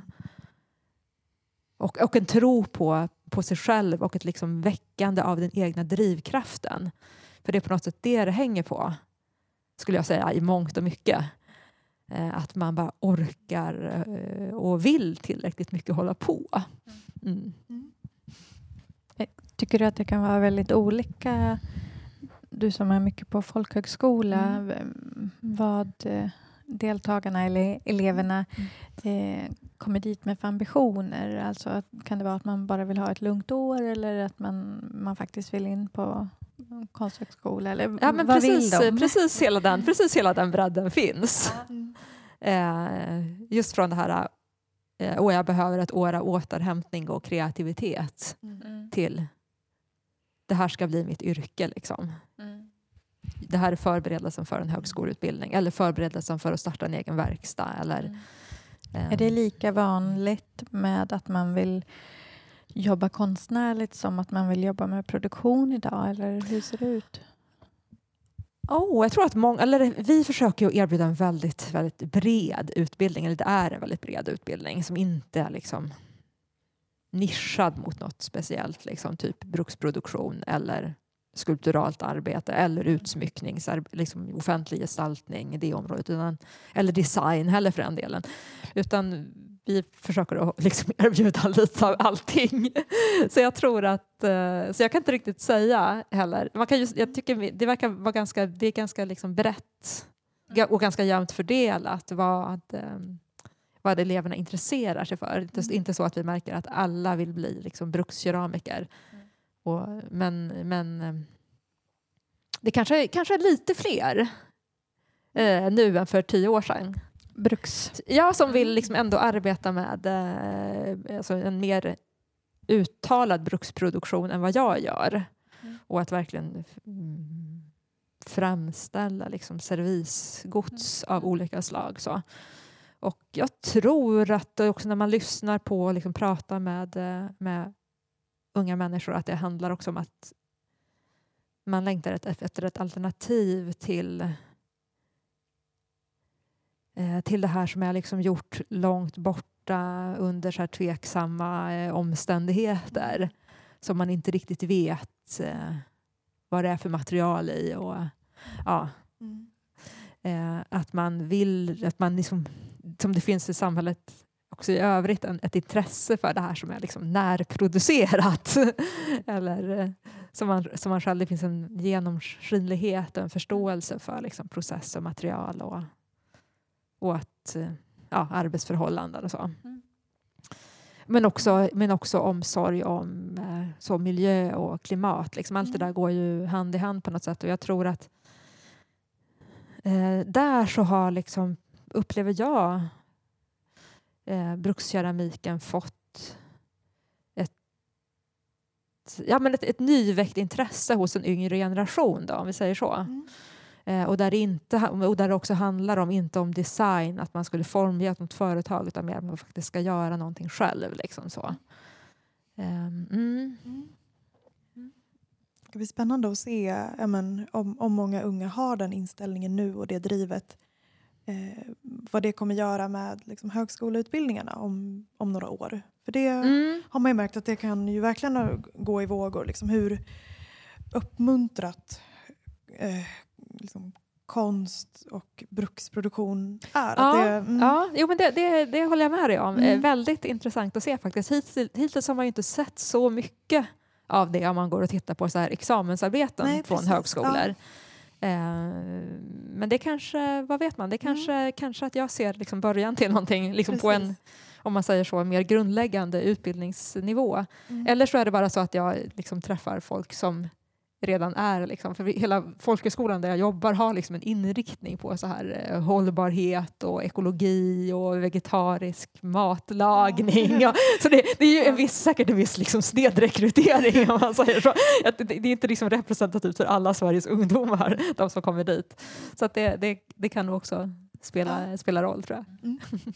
Och en tro på sig själv och ett liksom väckande av den egna drivkraften. För det är på något sätt det hänger på, skulle jag säga, i mångt och mycket. Att man bara orkar och vill tillräckligt mycket hålla på. Mm. Tycker du att det kan vara väldigt olika, du som är mycket på folkhögskola, vad deltagarna eller eleverna kommer dit med för ambitioner? Alltså, kan det vara att man bara vill ha ett lugnt år eller att man faktiskt vill in på konsthögskola? Eller ja, men vad precis, vill de? Precis hela den bredden finns. Just från det här och jag behöver ett år av återhämtning och kreativitet till det här ska bli mitt yrke liksom. Det här är förberedelsen för en högskoleutbildning eller förberedelsen för att starta en egen verkstad eller är det lika vanligt med att man vill jobba konstnärligt som att man vill jobba med produktion idag, eller hur ser det ut? Jag tror att vi försöker att erbjuda en väldigt, väldigt bred utbildning, eller det är en väldigt bred utbildning som inte är liksom nischad mot något speciellt, liksom typ bruksproduktion eller skulpturalt arbete eller utsmyckning, liksom offentlig gestaltning i det området, eller design heller för den delen. Utan vi försöker att liksom erbjuda lite av allting. Så jag tror att, så jag kan inte riktigt säga heller. Jag tycker det verkar vara ganska liksom brett och ganska jämnt fördelat vad eleverna intresserar sig för. Inte så att vi märker att alla vill bli liksom brukskeramiker. Men det kanske är lite fler nu än för 10 år sedan. Som vill liksom ändå arbeta med alltså en mer uttalad bruksproduktion än vad jag gör. Och att verkligen framställa liksom servisgods av olika slag. Så. Och jag tror att också när man lyssnar på och liksom pratar med unga människor att det handlar också om att man längtar efter ett alternativ till det här som är liksom gjort långt borta under så här tveksamma omständigheter som man inte riktigt vet vad det är för material i och att man vill att man liksom, som det finns i samhället också i övrigt ett intresse för det här som är liksom närproducerat eller som man själv, det finns en genomskinlighet och en förståelse för liksom process och material och att arbetsförhållanden och så. Men också omsorg om så miljö och klimat. Liksom allt det där går ju hand i hand på något sätt. Och jag tror att där så har liksom, upplever jag brukskeramiken fått ett nyväckt intresse hos en yngre generation då, om vi säger så. Och där det också handlar om, inte om design, att man skulle formge något företag, utan mer att man faktiskt ska göra någonting själv. Liksom så. Det ska bli spännande att se om många unga har den inställningen nu och det drivet. Vad det kommer göra med liksom, högskoleutbildningarna om några år. För det har man ju märkt att det kan ju verkligen gå i vågor. Liksom, hur uppmuntrat liksom, konst och bruksproduktion är. Men det håller jag med dig om. Väldigt intressant att se faktiskt. Hittills har man ju inte sett så mycket av det om man går och tittar på så här examensarbeten från högskolor. Men det kanske, vad vet man, det kanske att jag ser liksom början till någonting liksom på en, om man säger så, mer grundläggande utbildningsnivå. Eller så är det bara så att jag liksom träffar folk som redan är liksom, för hela folkhögskolan där jag jobbar har liksom en inriktning på så här hållbarhet och ekologi och vegetarisk matlagning. Så det är ju säkert en viss liksom snedrekrytering, om man säger så. Det är inte liksom representativt för alla Sveriges ungdomar, de som kommer dit. Så att det kan nog också spela roll, tror jag.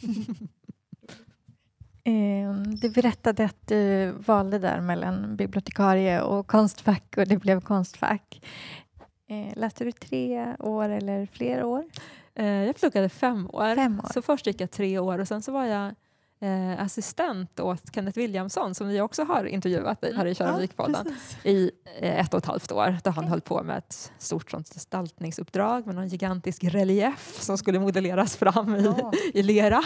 Du berättade att du valde där mellan bibliotekarie och konstfack, och det blev konstfack. Läste du 3 år eller fler år? Jag pluggade 5 år. 5 år. Så först gick jag 3 år och sen så var jag assistent åt Kenneth Williamson, som vi också har intervjuat här i Keramikpodden, i 1,5 år. Där han höll på med ett stort sånt gestaltningsuppdrag med någon gigantisk relief som skulle modelleras fram i lera.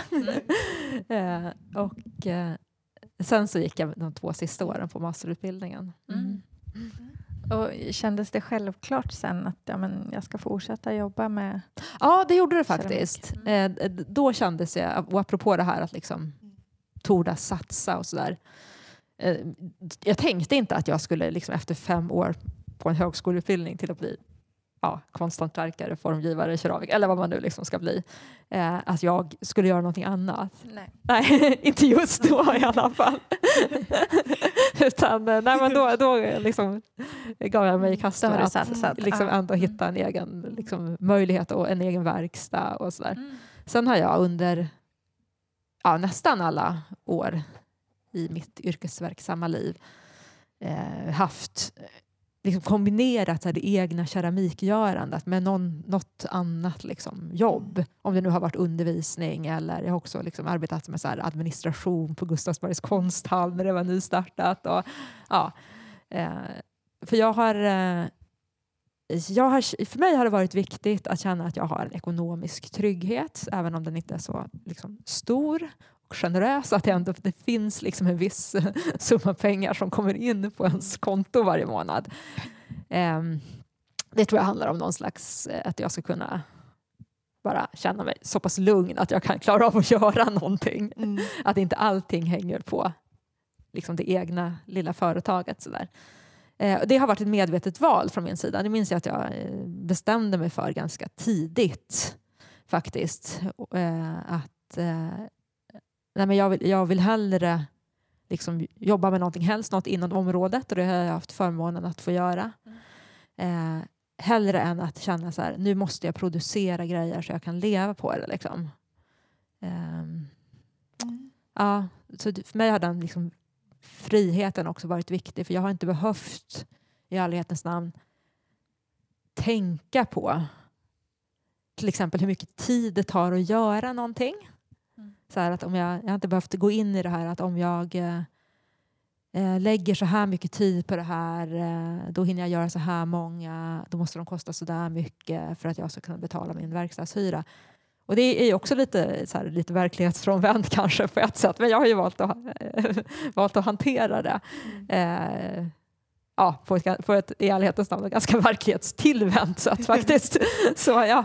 Sen så gick jag de 2 sista åren på masterutbildningen. Och kändes det självklart sen att jag ska fortsätta jobba med? Ja, det gjorde det faktiskt. Då kändes jag, och apropå det här att liksom torda satsa och sådär. Jag tänkte inte att jag skulle liksom efter 5 år på en högskoleutbildning till att bli konsthantverkare, formgivare, keramik eller vad man nu liksom ska bli. Att jag skulle göra någonting annat. Nej, inte just då i alla fall. Utan men då liksom gav jag mig i kast med att liksom ändå hitta en egen liksom möjlighet och en egen verkstad och sådär. Sen har jag under nästan alla år i mitt yrkesverksamma liv haft liksom kombinerat det egna keramikgörandet med något annat liksom jobb. Om det nu har varit undervisning, eller jag har också liksom arbetat med så här administration på Gustavsbergs konsthall när det var nystartat. Och, för för mig har det varit viktigt att känna att jag har en ekonomisk trygghet, även om den inte är så liksom stor och generös, att det finns liksom en viss summa pengar som kommer in på ens konto varje månad. Det tror jag handlar om någon slags att jag ska kunna bara känna mig så pass lugn att jag kan klara av att göra någonting. Att inte allting hänger på liksom det egna lilla företaget. Sådär. Det har varit ett medvetet val från min sida. Det minns jag att jag bestämde mig för ganska tidigt faktiskt. Jag vill hellre liksom jobba med någonting, helst något inom området, och det har jag haft förmånen att få göra. Hellre än att känna så här, nu måste jag producera grejer så jag kan leva på det liksom. Så för mig har den liksom friheten också varit viktig, för jag har inte behövt i ärlighetens namn tänka på till exempel hur mycket tid det tar att göra någonting. Så här att om jag har inte behövt gå in i det här att om jag lägger så här mycket tid på det här, då hinner jag göra så här många, då måste de kosta så där mycket för att jag ska kunna betala min verkstadshyra. Och det är ju också lite verklighetsfrånvänt kanske på ett sätt, men jag har ju valt att hantera det på ett i ärlighetens namn ganska verklighetstillvänt sätt faktiskt. Så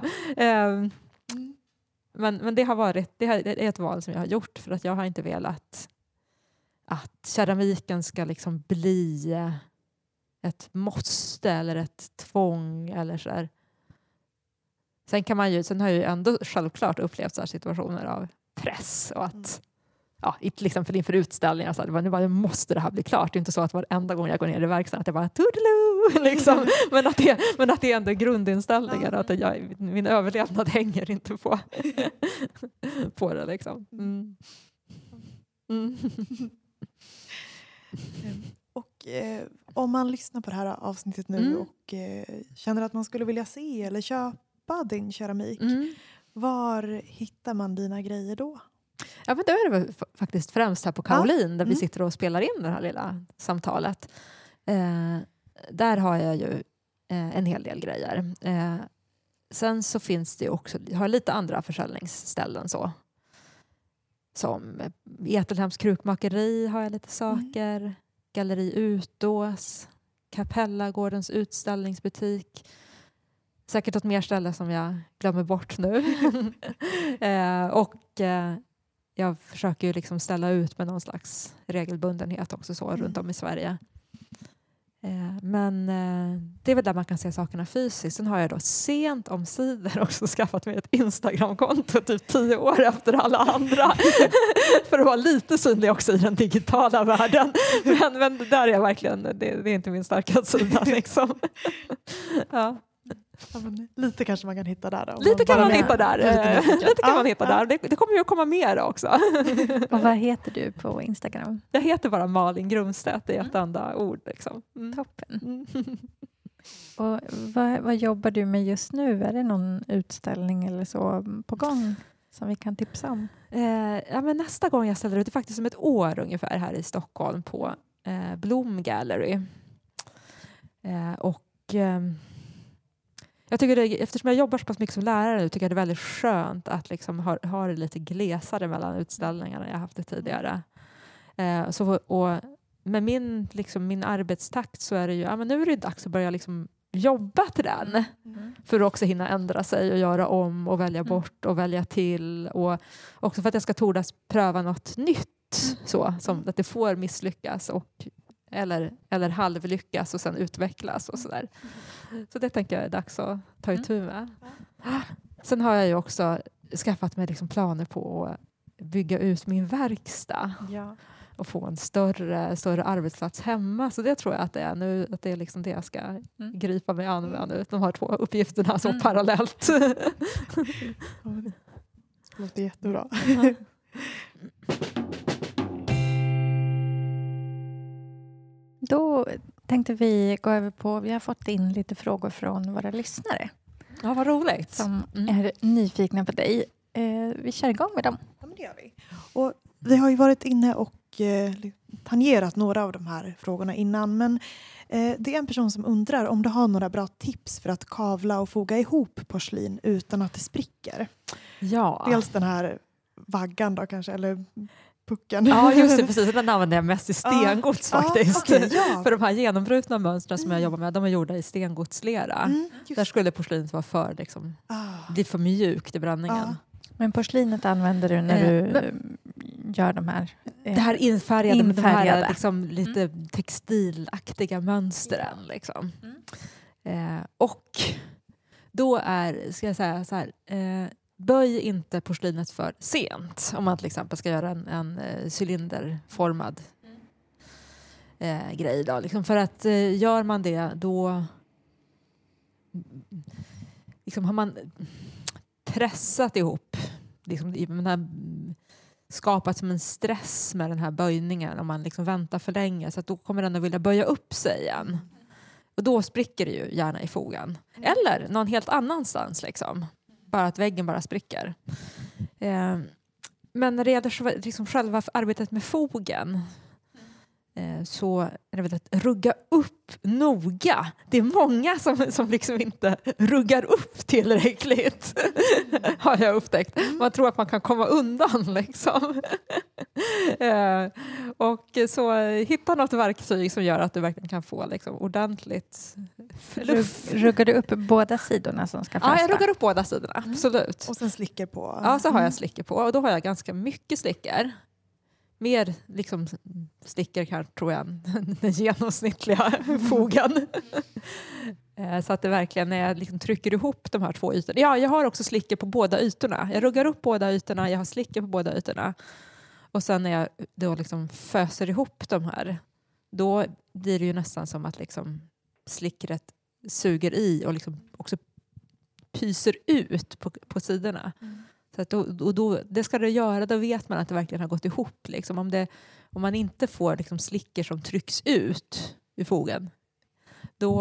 men det är ett val som jag har gjort, för att jag har inte velat att keramiken ska liksom bli ett måste eller ett tvång eller så där. Sen har jag ju ändå självklart upplevt så här situationer av press och att till exempel inför utställningar så här, nu måste det här bli klart. Det är inte så att varenda gång jag går ner i verksamheten att jag bara toodaloo liksom. men att det är ändå grundinställningen att min överlevnad hänger inte på det liksom. Och om man lyssnar på det här avsnittet nu och känner att man skulle vilja se eller köpa din keramik, var hittar man dina grejer då? Ja, men då är det väl faktiskt främst här på Kaolin där vi sitter och spelar in det här lilla samtalet. Där har jag ju en hel del grejer. Sen så finns det ju också, jag har lite andra försäljningsställen så. Som Etelhems krukmakeri har jag lite saker. Galleri Utås. Kapellagårdens utställningsbutik. säkert något mer ställe som jag glömmer bort nu. Jag försöker ju liksom ställa ut med någon slags regelbundenhet också så runt om i Sverige. Men det är väl där man kan se sakerna fysiskt. Sen har jag då sent omsider också skaffat mig ett Instagramkonto typ 10 år efter alla andra. För att vara lite synlig också i den digitala världen. Men där är jag verkligen, det är inte min starka sida liksom. Ja. Ja, lite kanske man kan hitta där då. Lite kan man hitta där. Det kommer ju att komma mer också. Och vad heter du på Instagram? Jag heter bara Malin Grumstedt i ett enda ord. Liksom. Toppen. Och vad jobbar du med just nu? Är det någon utställning eller så på gång som vi kan tipsa om? Men nästa gång jag ställer ut, det är faktiskt om ett år ungefär här i Stockholm på Blom Gallery. Jag tycker eftersom jag jobbar så pass mycket som lärare nu tycker jag det är väldigt skönt att liksom ha det lite glesare mellan utställningarna jag haft det tidigare. Och med min arbetstakt så är det ju, men nu är det dags att börja liksom jobba till den. För att också hinna ändra sig och göra om och välja bort och välja till. Och också för att jag ska tordas pröva något nytt. Så, som att det får misslyckas eller halvlyckas och sen utvecklas och sådär. Så det tänker jag är dags att ta itu med. Sen har jag ju också skaffat mig liksom planer på att bygga ut min verkstad. Ja. Och få en större arbetsplats hemma. Så det tror jag att det är nu. Att det är liksom det jag ska gripa mig an med nu. De här 2 uppgifterna så parallellt. Det låter jättebra. Då tänkte vi gå över på, vi har fått in lite frågor från våra lyssnare. Ja, vad roligt. Som är nyfikna på dig. Vi kör igång med dem. Ja, men det gör vi. Och vi har ju varit inne och tangerat några av de här frågorna innan. Men det är en person som undrar om du har några bra tips för att kavla och foga ihop porslin utan att det spricker. Ja. Dels den här vaggan då kanske, eller pucken. Ja, just det, precis. Den använder jag mest i stengods faktiskt. Okay, ja. För de här genombrutna mönstren som jag jobbar med, de är gjorda i stengodslera. Där skulle porslinet vara för, liksom, bli för mjukt i bränningen. Men porslinet använder du när du gör de här det här infärgade. Med de här liksom, lite textilaktiga mönstren. Liksom. Och då ska jag säga så här, böj inte porslinet för sent om man till exempel ska göra en cylinderformad grej. Då. Liksom för att gör man det då liksom har man pressat ihop liksom, skapat som en stress med den här böjningen om man liksom väntar för länge så att då kommer den att vilja böja upp sig igen. Och då spricker det ju gärna i fogen. Eller någon helt annanstans liksom. Bara att väggen bara spricker. Men när det gäller liksom själva arbetet med fogen så är det väl att rugga upp noga. Det är många som liksom inte ruggar upp tillräckligt. Har jag upptäckt. Man tror att man kan komma undan liksom. Och så hitta något verktyg som gör att du verkligen kan få liksom ordentligt fluff. Ruggar du upp båda sidorna som ska fästa? Ja, jag ruggar upp båda sidorna, absolut. Och sen slickar på. Ja, så har jag slickor på. Och då har jag ganska mycket slickor. Mer liksom stickor kanske tror jag än den genomsnittliga fogen. Så att det verkligen när jag liksom trycker ihop de här 2 ytorna. Ja, jag har också slickor på båda ytorna. Jag ruggar upp båda ytorna, jag har slickor på båda ytorna. Och sen när jag då liksom föser ihop de här, då blir det ju nästan som att liksom slickret suger i och liksom också pyser ut på sidorna. Så att då, det ska det göra, då vet man att det verkligen har gått ihop. Liksom. Om man inte får liksom slickor som trycks ut ur fogen, då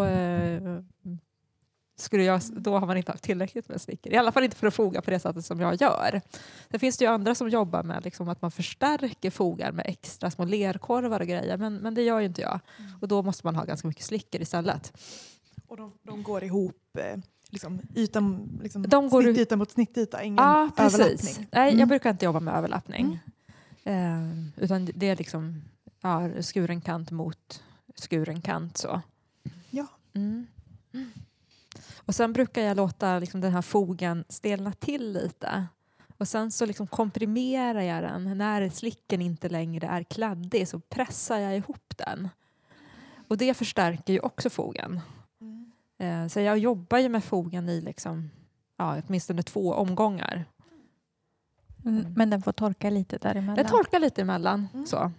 har man inte haft tillräckligt med slickor. I alla fall inte för att foga på det sättet som jag gör. Sen finns det ju andra som jobbar med liksom, att man förstärker fogar med extra små lerkorvar och grejer. Men det gör ju inte jag. Och då måste man ha ganska mycket slickor istället. Och de går ihop... Liksom, snittyta mot snittyta, ingen överlappning. Nej, jag brukar inte jobba med överlappning. Utan det är liksom skuren kant mot skuren kant. Så. Ja. Och sen brukar jag låta liksom den här fogen stelna till lite. Och sen så liksom komprimerar jag den. När slicken inte längre är kladdig så pressar jag ihop den. Och det förstärker ju också fogen. Så jag jobbar ju med fogen i liksom, åtminstone 2 omgångar. Men den får torka lite däremellan? Den torkar lite emellan. Så.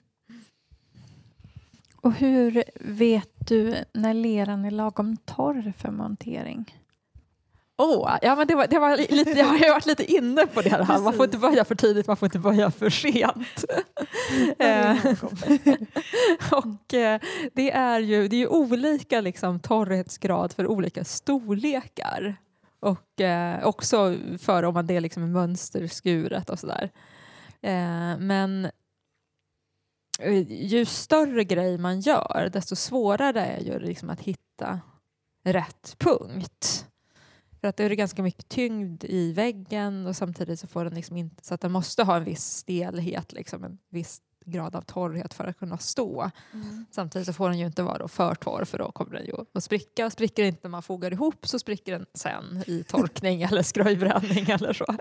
Och hur vet du när leran är lagom torr för montering? Men det var lite, jag har ju varit lite inne på det här. Man får inte börja för tidigt, man får inte börja för sent. Och det är ju olika liksom, torrhetsgrad för olika storlekar. Och också för om det är liksom mönsterskuret och sådär. Men ju större grej man gör, desto svårare är ju liksom att hitta rätt punkt. För att det är ganska mycket tyngd i väggen och samtidigt så får den liksom inte, så att den måste ha en viss stelhet, liksom en viss grad av torrhet för att kunna stå. Samtidigt så får den ju inte vara för torr, för då kommer den ju att spricka. Och spricker inte när man fogar ihop så spricker den sen i torkning eller skröjbränning eller så.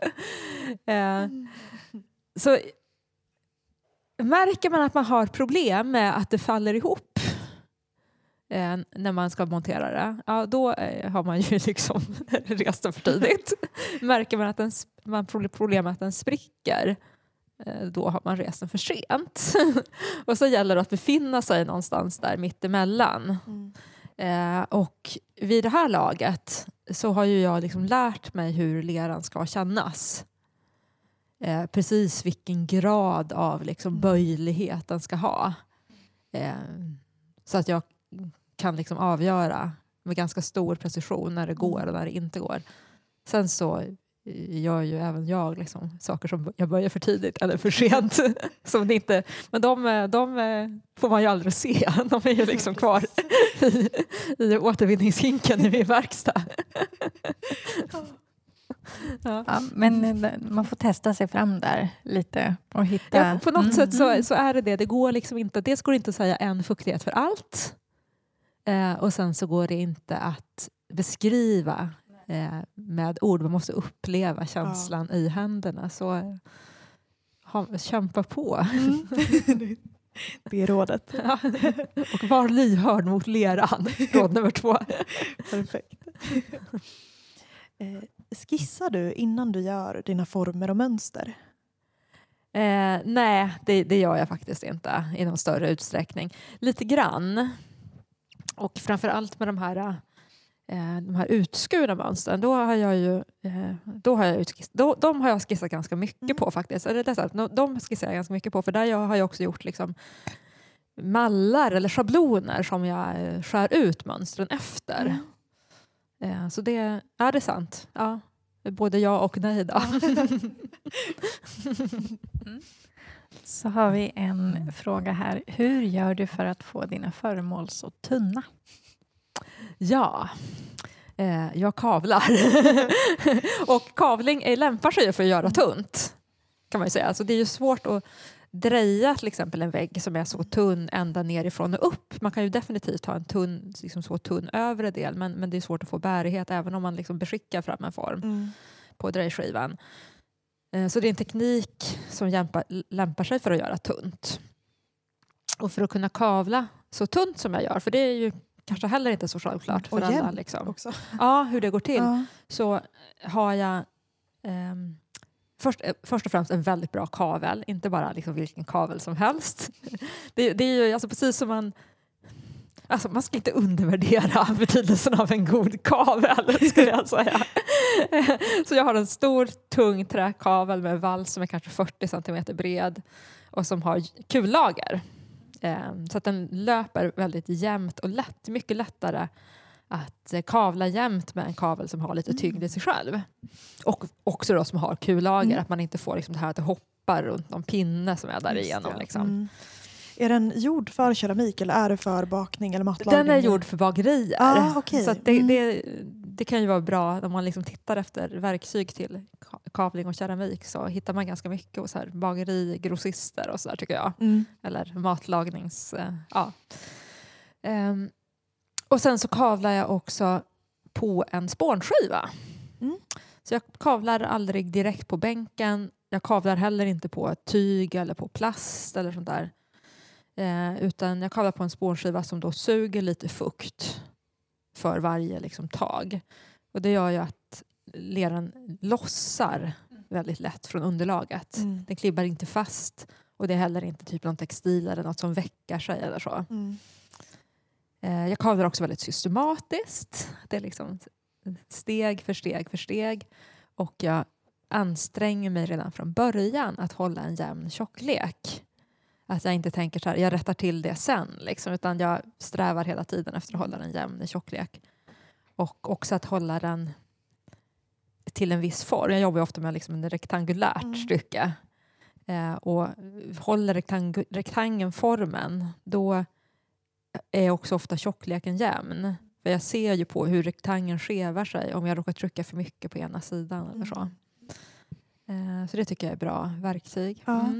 Så märker man att man har problem med att det faller ihop när man ska montera det, då har man ju liksom rest för tidigt. Märker man att man får problem med att den spricker, då har man rest för sent. Och så gäller det att befinna sig någonstans där mittemellan. Och vid det här laget så har ju jag liksom lärt mig hur leran ska kännas. Precis vilken grad av liksom böjlighet den ska ha. Så att jag kan liksom avgöra med ganska stor precision när det går och när det inte går. Sen så gör ju även jag liksom saker som jag börjar för tidigt eller för sent. Som det inte, men de får man ju aldrig se. De är ju liksom kvar i återvinningshinken i min verkstad. Ja, men man får testa sig fram där lite och hitta... På något sätt så är det. Det går liksom inte, dels går det inte att säga en fuktighet för allt. Och sen så går det inte att beskriva med ord. Man måste uppleva känslan i händerna. Så kämpa på. Det är rådet. Och var lyhörd mot leran. Råd nummer 2. Perfekt. Skissar du innan du gör dina former och mönster? Nej, det gör jag faktiskt inte i någon större utsträckning. Lite grann. Och framförallt med de här utskurna mönstren, de har jag skissat ganska mycket på faktiskt. De skissar jag ganska mycket på, för där har jag också gjort liksom mallar eller schabloner som jag skär ut mönstren efter. Så det är sant. Ja, både ja och nej då. Så har vi en fråga här. Hur gör du för att få dina föremål så tunna? Ja, jag kavlar. Och kavling lämpar sig för att göra tunt, kan man ju säga. Alltså det är ju svårt att dreja till exempel en vägg som är så tunn ända nerifrån och upp. Man kan ju definitivt ha en tunn, liksom så tunn övre del, men det är svårt att få bärighet även om man liksom beskickar fram en form på drejskivan. Så det är en teknik som lämpar sig för att göra tunt. Och för att kunna kavla så tunt som jag gör, för det är ju kanske heller inte så självklart för alla. Liksom. Också. Ja, hur det går till. Så har jag först och främst en väldigt bra kavel. Inte bara liksom vilken kavel som helst. Det är ju alltså precis som man ska inte undervärdera betydelsen av en god kavel, skulle jag säga. Så jag har en stor, tung träkavel med vals som är kanske 40 cm bred och som har kullager. Så att den löper väldigt jämnt och lätt. Mycket lättare att kavla jämnt med en kavel som har lite tyngd i sig själv. Och också då som har kullager. Att man inte får liksom det här att det hoppar runt någon pinne som är där igenom. Liksom. Är den gjord för keramik eller är det för bakning eller matlagning? Den är gjord för bagerier. Okay. Så att det kan ju vara bra om man liksom tittar efter verktyg till kavling och keramik, så hittar man ganska mycket hos bagerigrossister och så där, tycker jag. Eller matlagnings... Och sen så kavlar jag också på en spånskiva. Mm. Så jag kavlar aldrig direkt på bänken. Jag kavlar heller inte på ett tyg eller på plast eller sånt där. Utan jag kavlar på en spånskiva som då suger lite fukt för varje liksom tag. Och det gör ju att leran lossar väldigt lätt från underlaget. Mm. Den klibbar inte fast och det är heller inte typ någon textil eller något som väckar sig eller så. Mm. Jag kavlar också väldigt systematiskt. Det är liksom steg för steg för steg. Och jag anstränger mig redan från början att hålla en jämn tjocklek. Att jag inte tänker så här, jag rättar till det sen. Liksom, utan jag strävar hela tiden efter att hålla den jämn i tjocklek. Och också att hålla den till en viss form. Jag jobbar ofta med liksom en rektangulärt stycke. Och håller rektangelformen, då är också ofta tjockleken jämn. För jag ser ju på hur rektangeln skevar sig om jag råkar trycka för mycket på ena sidan eller så. Så det tycker jag är bra verktyg. Ja.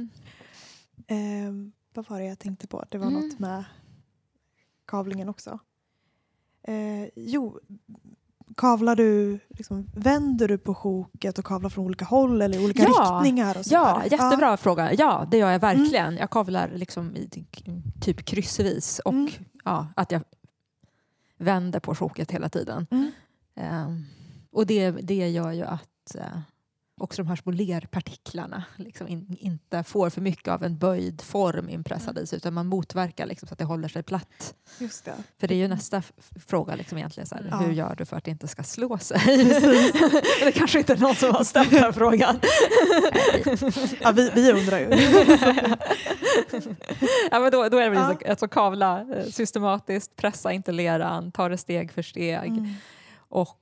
Vad var det jag tänkte på? Det var något med kavlingen också. Kavlar du, liksom, vänder du på sjoket och kavlar från olika håll eller i olika riktningar? Och så ja, där? jättebra fråga. Ja, det gör jag verkligen. Jag kavlar liksom i typ kryssvis och att jag vänder på sjoket hela tiden. Och det gör ju att också de här små lerpartiklarna liksom inte får för mycket av en böjd form inpressad i sig, utan man motverkar liksom så att det håller sig platt. Just det. För det är ju nästa fråga liksom egentligen så här, hur gör du för att det inte ska slå sig? Det kanske inte är någon som har ställt den frågan. Ja, vi undrar ju. Ja, men då är det väl alltså kavla systematiskt, pressa inte leran, ta det steg för steg. Och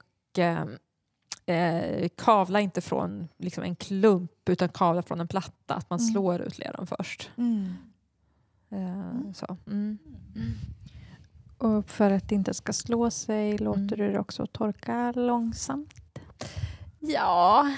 kavla inte från liksom en klump utan kavla från en platta, att man slår ut leran först. Så. Och för att det inte ska slå sig låter du det också torka långsamt? Ja,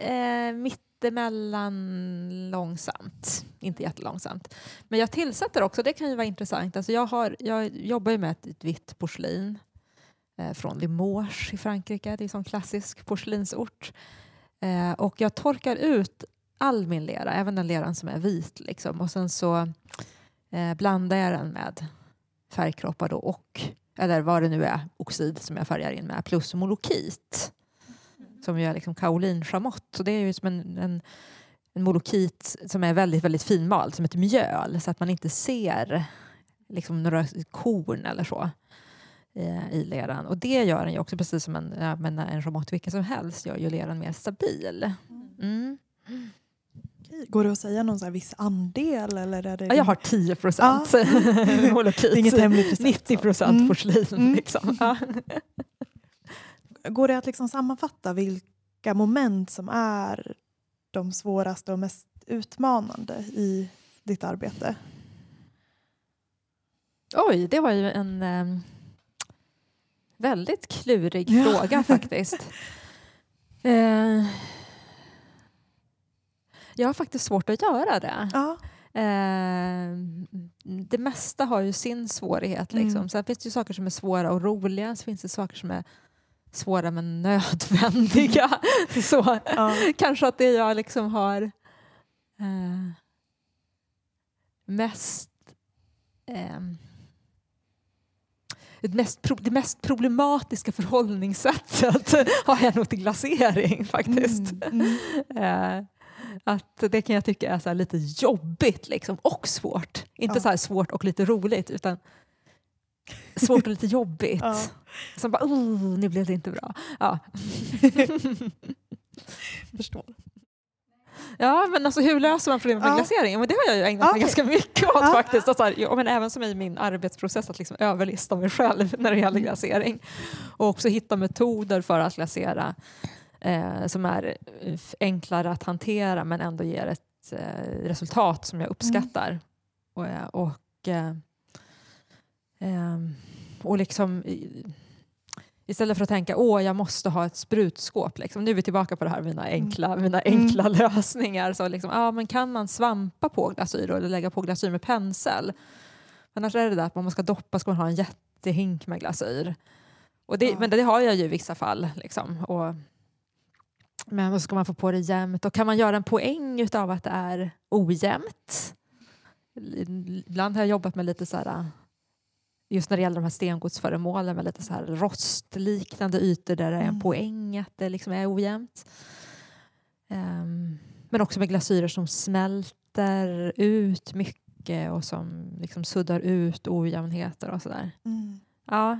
mittemellan långsamt. Inte jättelångsamt. Men jag tillsätter också, det kan ju vara intressant. Alltså jag jobbar ju med ett vitt porslin från Limoges i Frankrike. Det är en sån klassisk porslinsort. Och jag torkar ut all min lera, även den leran som är vit. Liksom. Och sen så blandar jag den med färgkroppar då, eller vad det nu är, oxid som jag färgar in med, plus molokit. Som ju är liksom kaolinschamott. Så det är ju som en molokit som är väldigt, väldigt finmald, som ett mjöl. Så att man inte ser liksom några korn eller så i leran. Och det gör den ju också, precis som en schamott vilken som helst, gör ju leran mer stabil. Går det att säga någon så här viss andel? Eller är det... Ja, jag har 10% molokit. Inget hemligt 90% porslin. Liksom. Ja. Går det att liksom sammanfatta vilka moment som är de svåraste och mest utmanande i ditt arbete? Oj, det var ju en väldigt klurig fråga faktiskt. Jag har faktiskt svårt att göra det. Ja. Det mesta har ju sin svårighet. Liksom. Sen finns det ju saker som är svåra och roliga. Så finns det saker som är svåra men nödvändiga. Så kanske att det jag liksom har mest det mest problematiska förhållningssättet har jag nog till glasering faktiskt. Att det kan jag tycka är så här lite jobbigt liksom, och svårt. Inte så här svårt och lite roligt, utan svårt och lite jobbigt. Som bara, nu blev det inte bra. Ja. Förstår. Ja, men alltså hur löser man problemet med glasering? Men det har jag ju ägnat mig ganska mycket åt faktiskt. Alltså, men även som i min arbetsprocess att liksom överlista mig själv när det gäller glasering. Och också hitta metoder för att glasera som är enklare att hantera men ändå ger ett resultat som jag uppskattar. Och liksom istället för att tänka jag måste ha ett sprutskåp. Liksom. Nu är vi tillbaka på det här mina enkla lösningar. Så liksom, men kan man svampa på glasyr eller lägga på glasyr med pensel? Annars är det där att man ska doppa, ska man ha en jättehink med glasyr. Men det har jag ju i vissa fall. Liksom. Men vad ska man få på det jämnt? Och kan man göra en poäng utav att det är ojämnt? Ibland har jag jobbat med lite så här, just när det gäller de här stengodsföremålen, med lite så här rostliknande ytor där det är en poäng att det liksom är ojämnt. Men också med glasyrer som smälter ut mycket och som liksom suddar ut ojämnheter och sådär. Ja.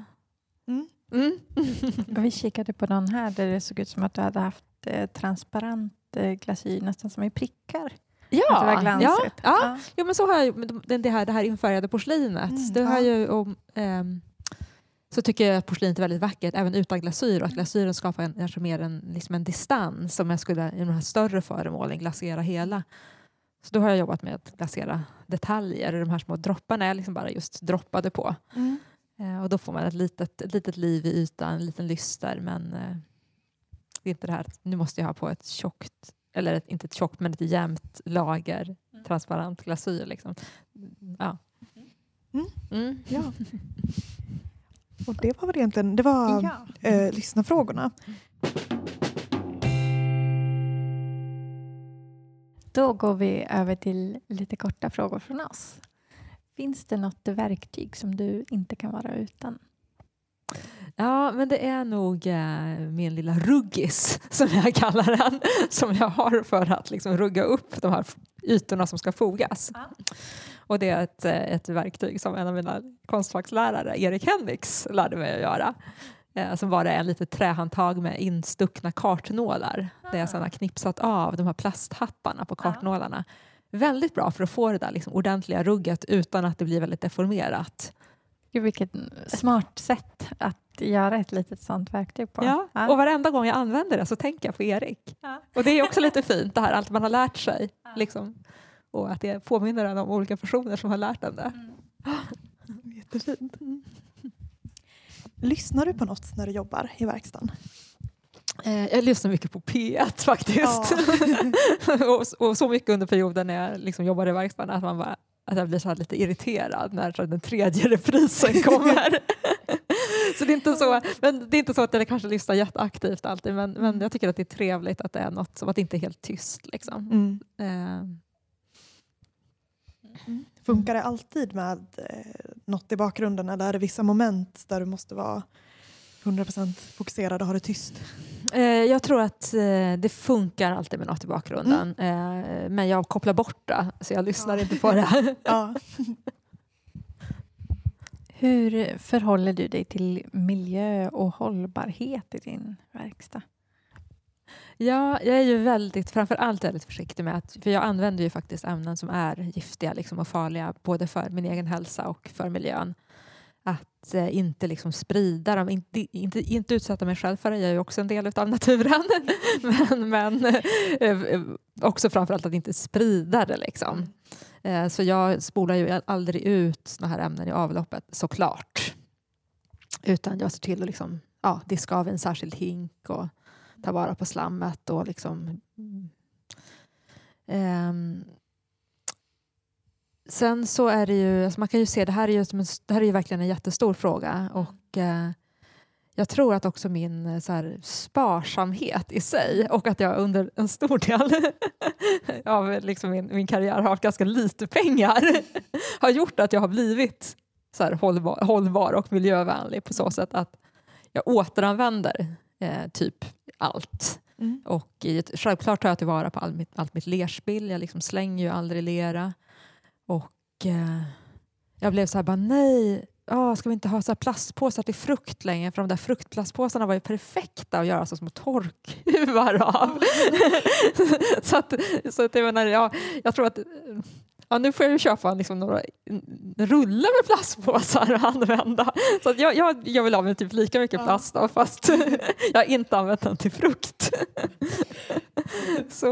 Och vi kikade på den här där det såg ut som att du hade haft transparent glasyr nästan som i prickar. Ja, det var glansigt. Ja. Jo, men så har jag det här infärgade porslinet. Det har ju, så tycker jag att porslinet är väldigt vackert även utan glasyr, och att glasyren skapar mer en distans som jag skulle i de här större föremålen glasera hela. Så då har jag jobbat med att glasera detaljer, och de här små dropparna är liksom bara just droppade på. Och då får man ett litet liv i ytan, en liten lyster, men det är inte det här, nu måste jag ha på ett tjockt, eller inte ett tjockt men ett jämnt lager transparent glasyr liksom. Ja. Ja. Och det var väl egentligen lyssnarfrågorna. Då går vi över till lite korta frågor från oss. Finns det något verktyg som du inte kan vara utan? Ja, men det är nog min lilla ruggis, som jag kallar den, som jag har för att liksom rugga upp de här ytorna som ska fogas. Och det är ett verktyg som en av mina konstfackslärare, Erik Henriks, lärde mig att göra. Som var det en litet trähandtag med instuckna kartnålar. Där jag sedan har knipsat av de här plasthattarna på kartnålarna. Väldigt bra för att få det där liksom ordentliga rugget utan att det blir väldigt deformerat. Gud, vilket smart sätt att göra ett litet sånt verktyg på. Ja, och varenda gång jag använder det så tänker jag på Erik. Ja. Och det är också lite fint det här, allt man har lärt sig. Liksom. Och att det påminner en om olika personer som har lärt en det. Jättefint. Lyssnar du på något när du jobbar i verkstaden? Jag lyssnar mycket på P1 faktiskt. Ja. och så mycket under perioden när jag liksom jobbar i verkstaden att jag blir så här lite irriterad när den tredje reprisen kommer. Så det är inte så, men det är inte så att jag kanske lyssnar jätteaktivt alltid, men jag tycker att det är trevligt att det är något som att det inte är helt tyst liksom. Funkar det alltid med något i bakgrunden, eller är det vissa moment där du måste vara 100% fokuserad och ha det tyst? Jag tror att det funkar alltid med något i bakgrunden. Men jag kopplar bort det, så jag lyssnar inte på det. Ja. Hur förhåller du dig till miljö och hållbarhet i din verkstad? Ja, jag är ju framförallt väldigt försiktig med för jag använder ju faktiskt ämnen som är giftiga liksom, och farliga både för min egen hälsa och för miljön. Att inte liksom sprida dem, inte utsätta mig själv för det, jag är ju också en del av naturen. men också framförallt att inte sprida det liksom. Så jag spolar ju aldrig ut såna här ämnen i avloppet, såklart. Utan jag ser till att liksom, diska av en särskild hink och ta vara på slammet och liksom. Sen så är det ju, alltså man kan ju se, det här är ju verkligen en jättestor fråga, och jag tror att också min så här, sparsamhet i sig, och att jag under en stor del av liksom min karriär har haft ganska lite pengar har gjort att jag har blivit så här, hållbar och miljövänlig på så sätt att jag återanvänder typ allt. Och självklart tar jag tillvara på allt mitt lerspill. Jag liksom slänger ju aldrig lera. Och jag blev så här bara, nej, ska vi inte ha så här plastpåsar till frukt längre? För de där fruktplastpåsarna var ju perfekta att göra så små torkhuvar av. så att jag menar, jag tror att nu får jag ju köpa liksom några rullar med plastpåsar och använda. Så att jag vill ha med typ lika mycket plast då, fast jag har inte använt den till frukt. Så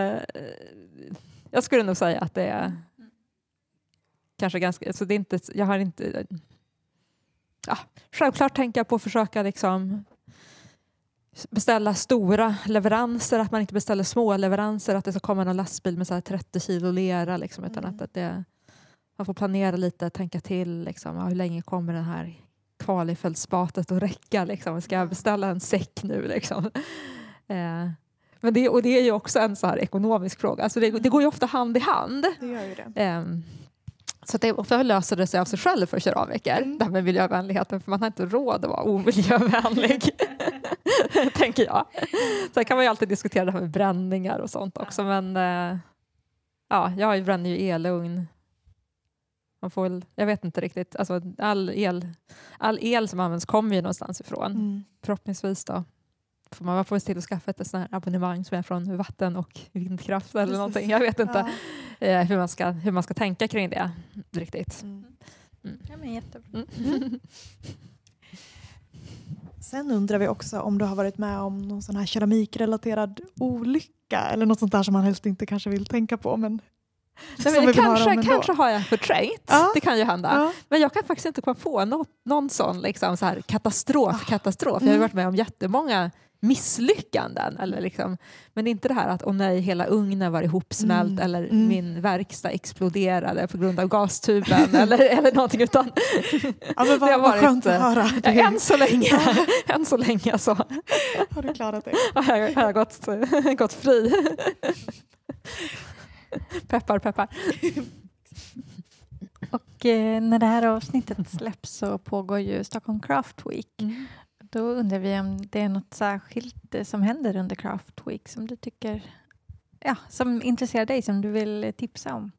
jag skulle nog säga att det är kanske ganska, så det är inte, jag har inte, självklart tänker jag på att försöka liksom beställa stora leveranser, att man inte beställer små leveranser, att det ska komma en lastbil med så här 30 kilo lera liksom, utan att man får planera lite, tänka till liksom, hur länge kommer den här Falifältsbatet och räcka liksom. Ska jag beställa en säck nu liksom? Men det är ju också en så här ekonomisk fråga. Alltså det går ju ofta hand i hand. Det gör ju det. Så det ofta löser det sig av sig själv för keramiker. Det här med miljövänligheten, för man har inte råd att vara omiljövänlig. Tänker jag. Sen kan man ju alltid diskutera det här med bränningar och sånt också. Men jag bränner ju elugn. Man får väl, jag vet inte riktigt. Alltså, all el som används kommer ju någonstans ifrån. Förhoppningsvis då. Man får se till att skaffa ett sånt här abonnemang som är från vatten och vindkraft eller någonting. Jag vet inte hur man ska tänka kring det riktigt. Ja, men jättebra. Sen undrar vi också om du har varit med om någon sån här keramikrelaterad olycka eller något sånt där som man helst inte kanske vill tänka på. Men kanske har jag förträngt. Ja. Det kan ju hända. Ja. Men jag kan faktiskt inte komma på någon sån liksom, så här katastrof. Jag har ju varit med om jättemånga misslyckanden. Eller liksom, men inte det här att hela ugnen var ihopsmält eller min verkstad exploderade på grund av gastuben eller någonting, utan men det har varit skönt att höra. Än så länge så har du klarat det. Har jag gått fri. Peppar. Och när det här avsnittet släpps så pågår ju Stockholm Craft Week. Då undrar vi om det är något särskilt som händer under Craft Week som du tycker, som intresserar dig, som du vill tipsa om.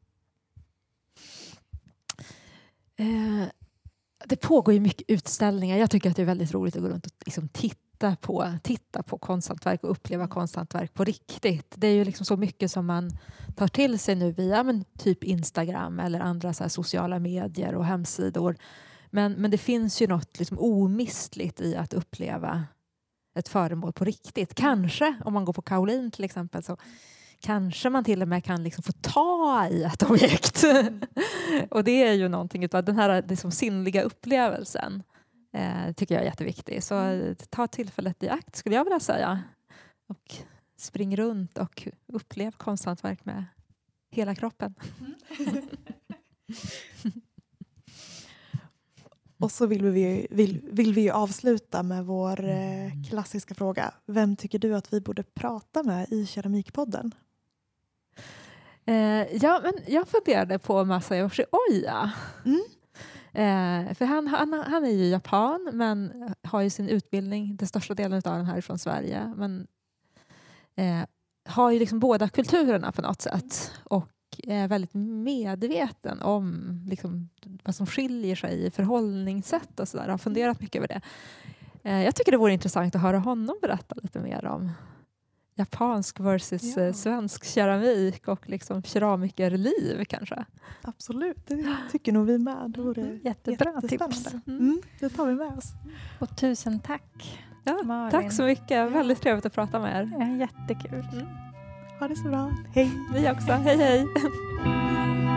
Det pågår ju mycket utställningar. Jag tycker att det är väldigt roligt att gå runt och liksom titta på konsthantverk och uppleva konsthantverk på riktigt. Det är ju liksom så mycket som man tar till sig nu via typ Instagram eller andra så här sociala medier och hemsidor. Men det finns ju något liksom omistligt i att uppleva ett föremål på riktigt. Kanske, om man går på Kaolin till exempel, så kanske man till och med kan liksom få ta i ett objekt. Och det är ju någonting utav den här liksom sinnliga upplevelsen. Tycker jag är jätteviktig. Så ta tillfället i akt, skulle jag vilja säga. Och spring runt och upplev konsthantverk med hela kroppen. Och så vill vi avsluta med vår klassiska fråga. Vem tycker du att vi borde prata med i Keramikpodden? Men jag funderade på Masayoshi Oya. För han är ju japan, men har ju sin utbildning, den största delen av den här från Sverige. Men har ju liksom båda kulturerna på något sätt. Och är väldigt medveten om liksom vad som skiljer sig i förhållningssätt och sådär. Har funderat mycket över det. Jag tycker det vore intressant att höra honom berätta lite mer om japansk versus svensk keramik och liksom keramikerliv kanske. Absolut, det tycker nog vi med. Det vore jättebra tips. Det tar vi med oss. Och tusen tack, Malin. Tack så mycket, väldigt trevligt att prata med er. Jättekul. Ha det så bra, hej. Ni också, hej.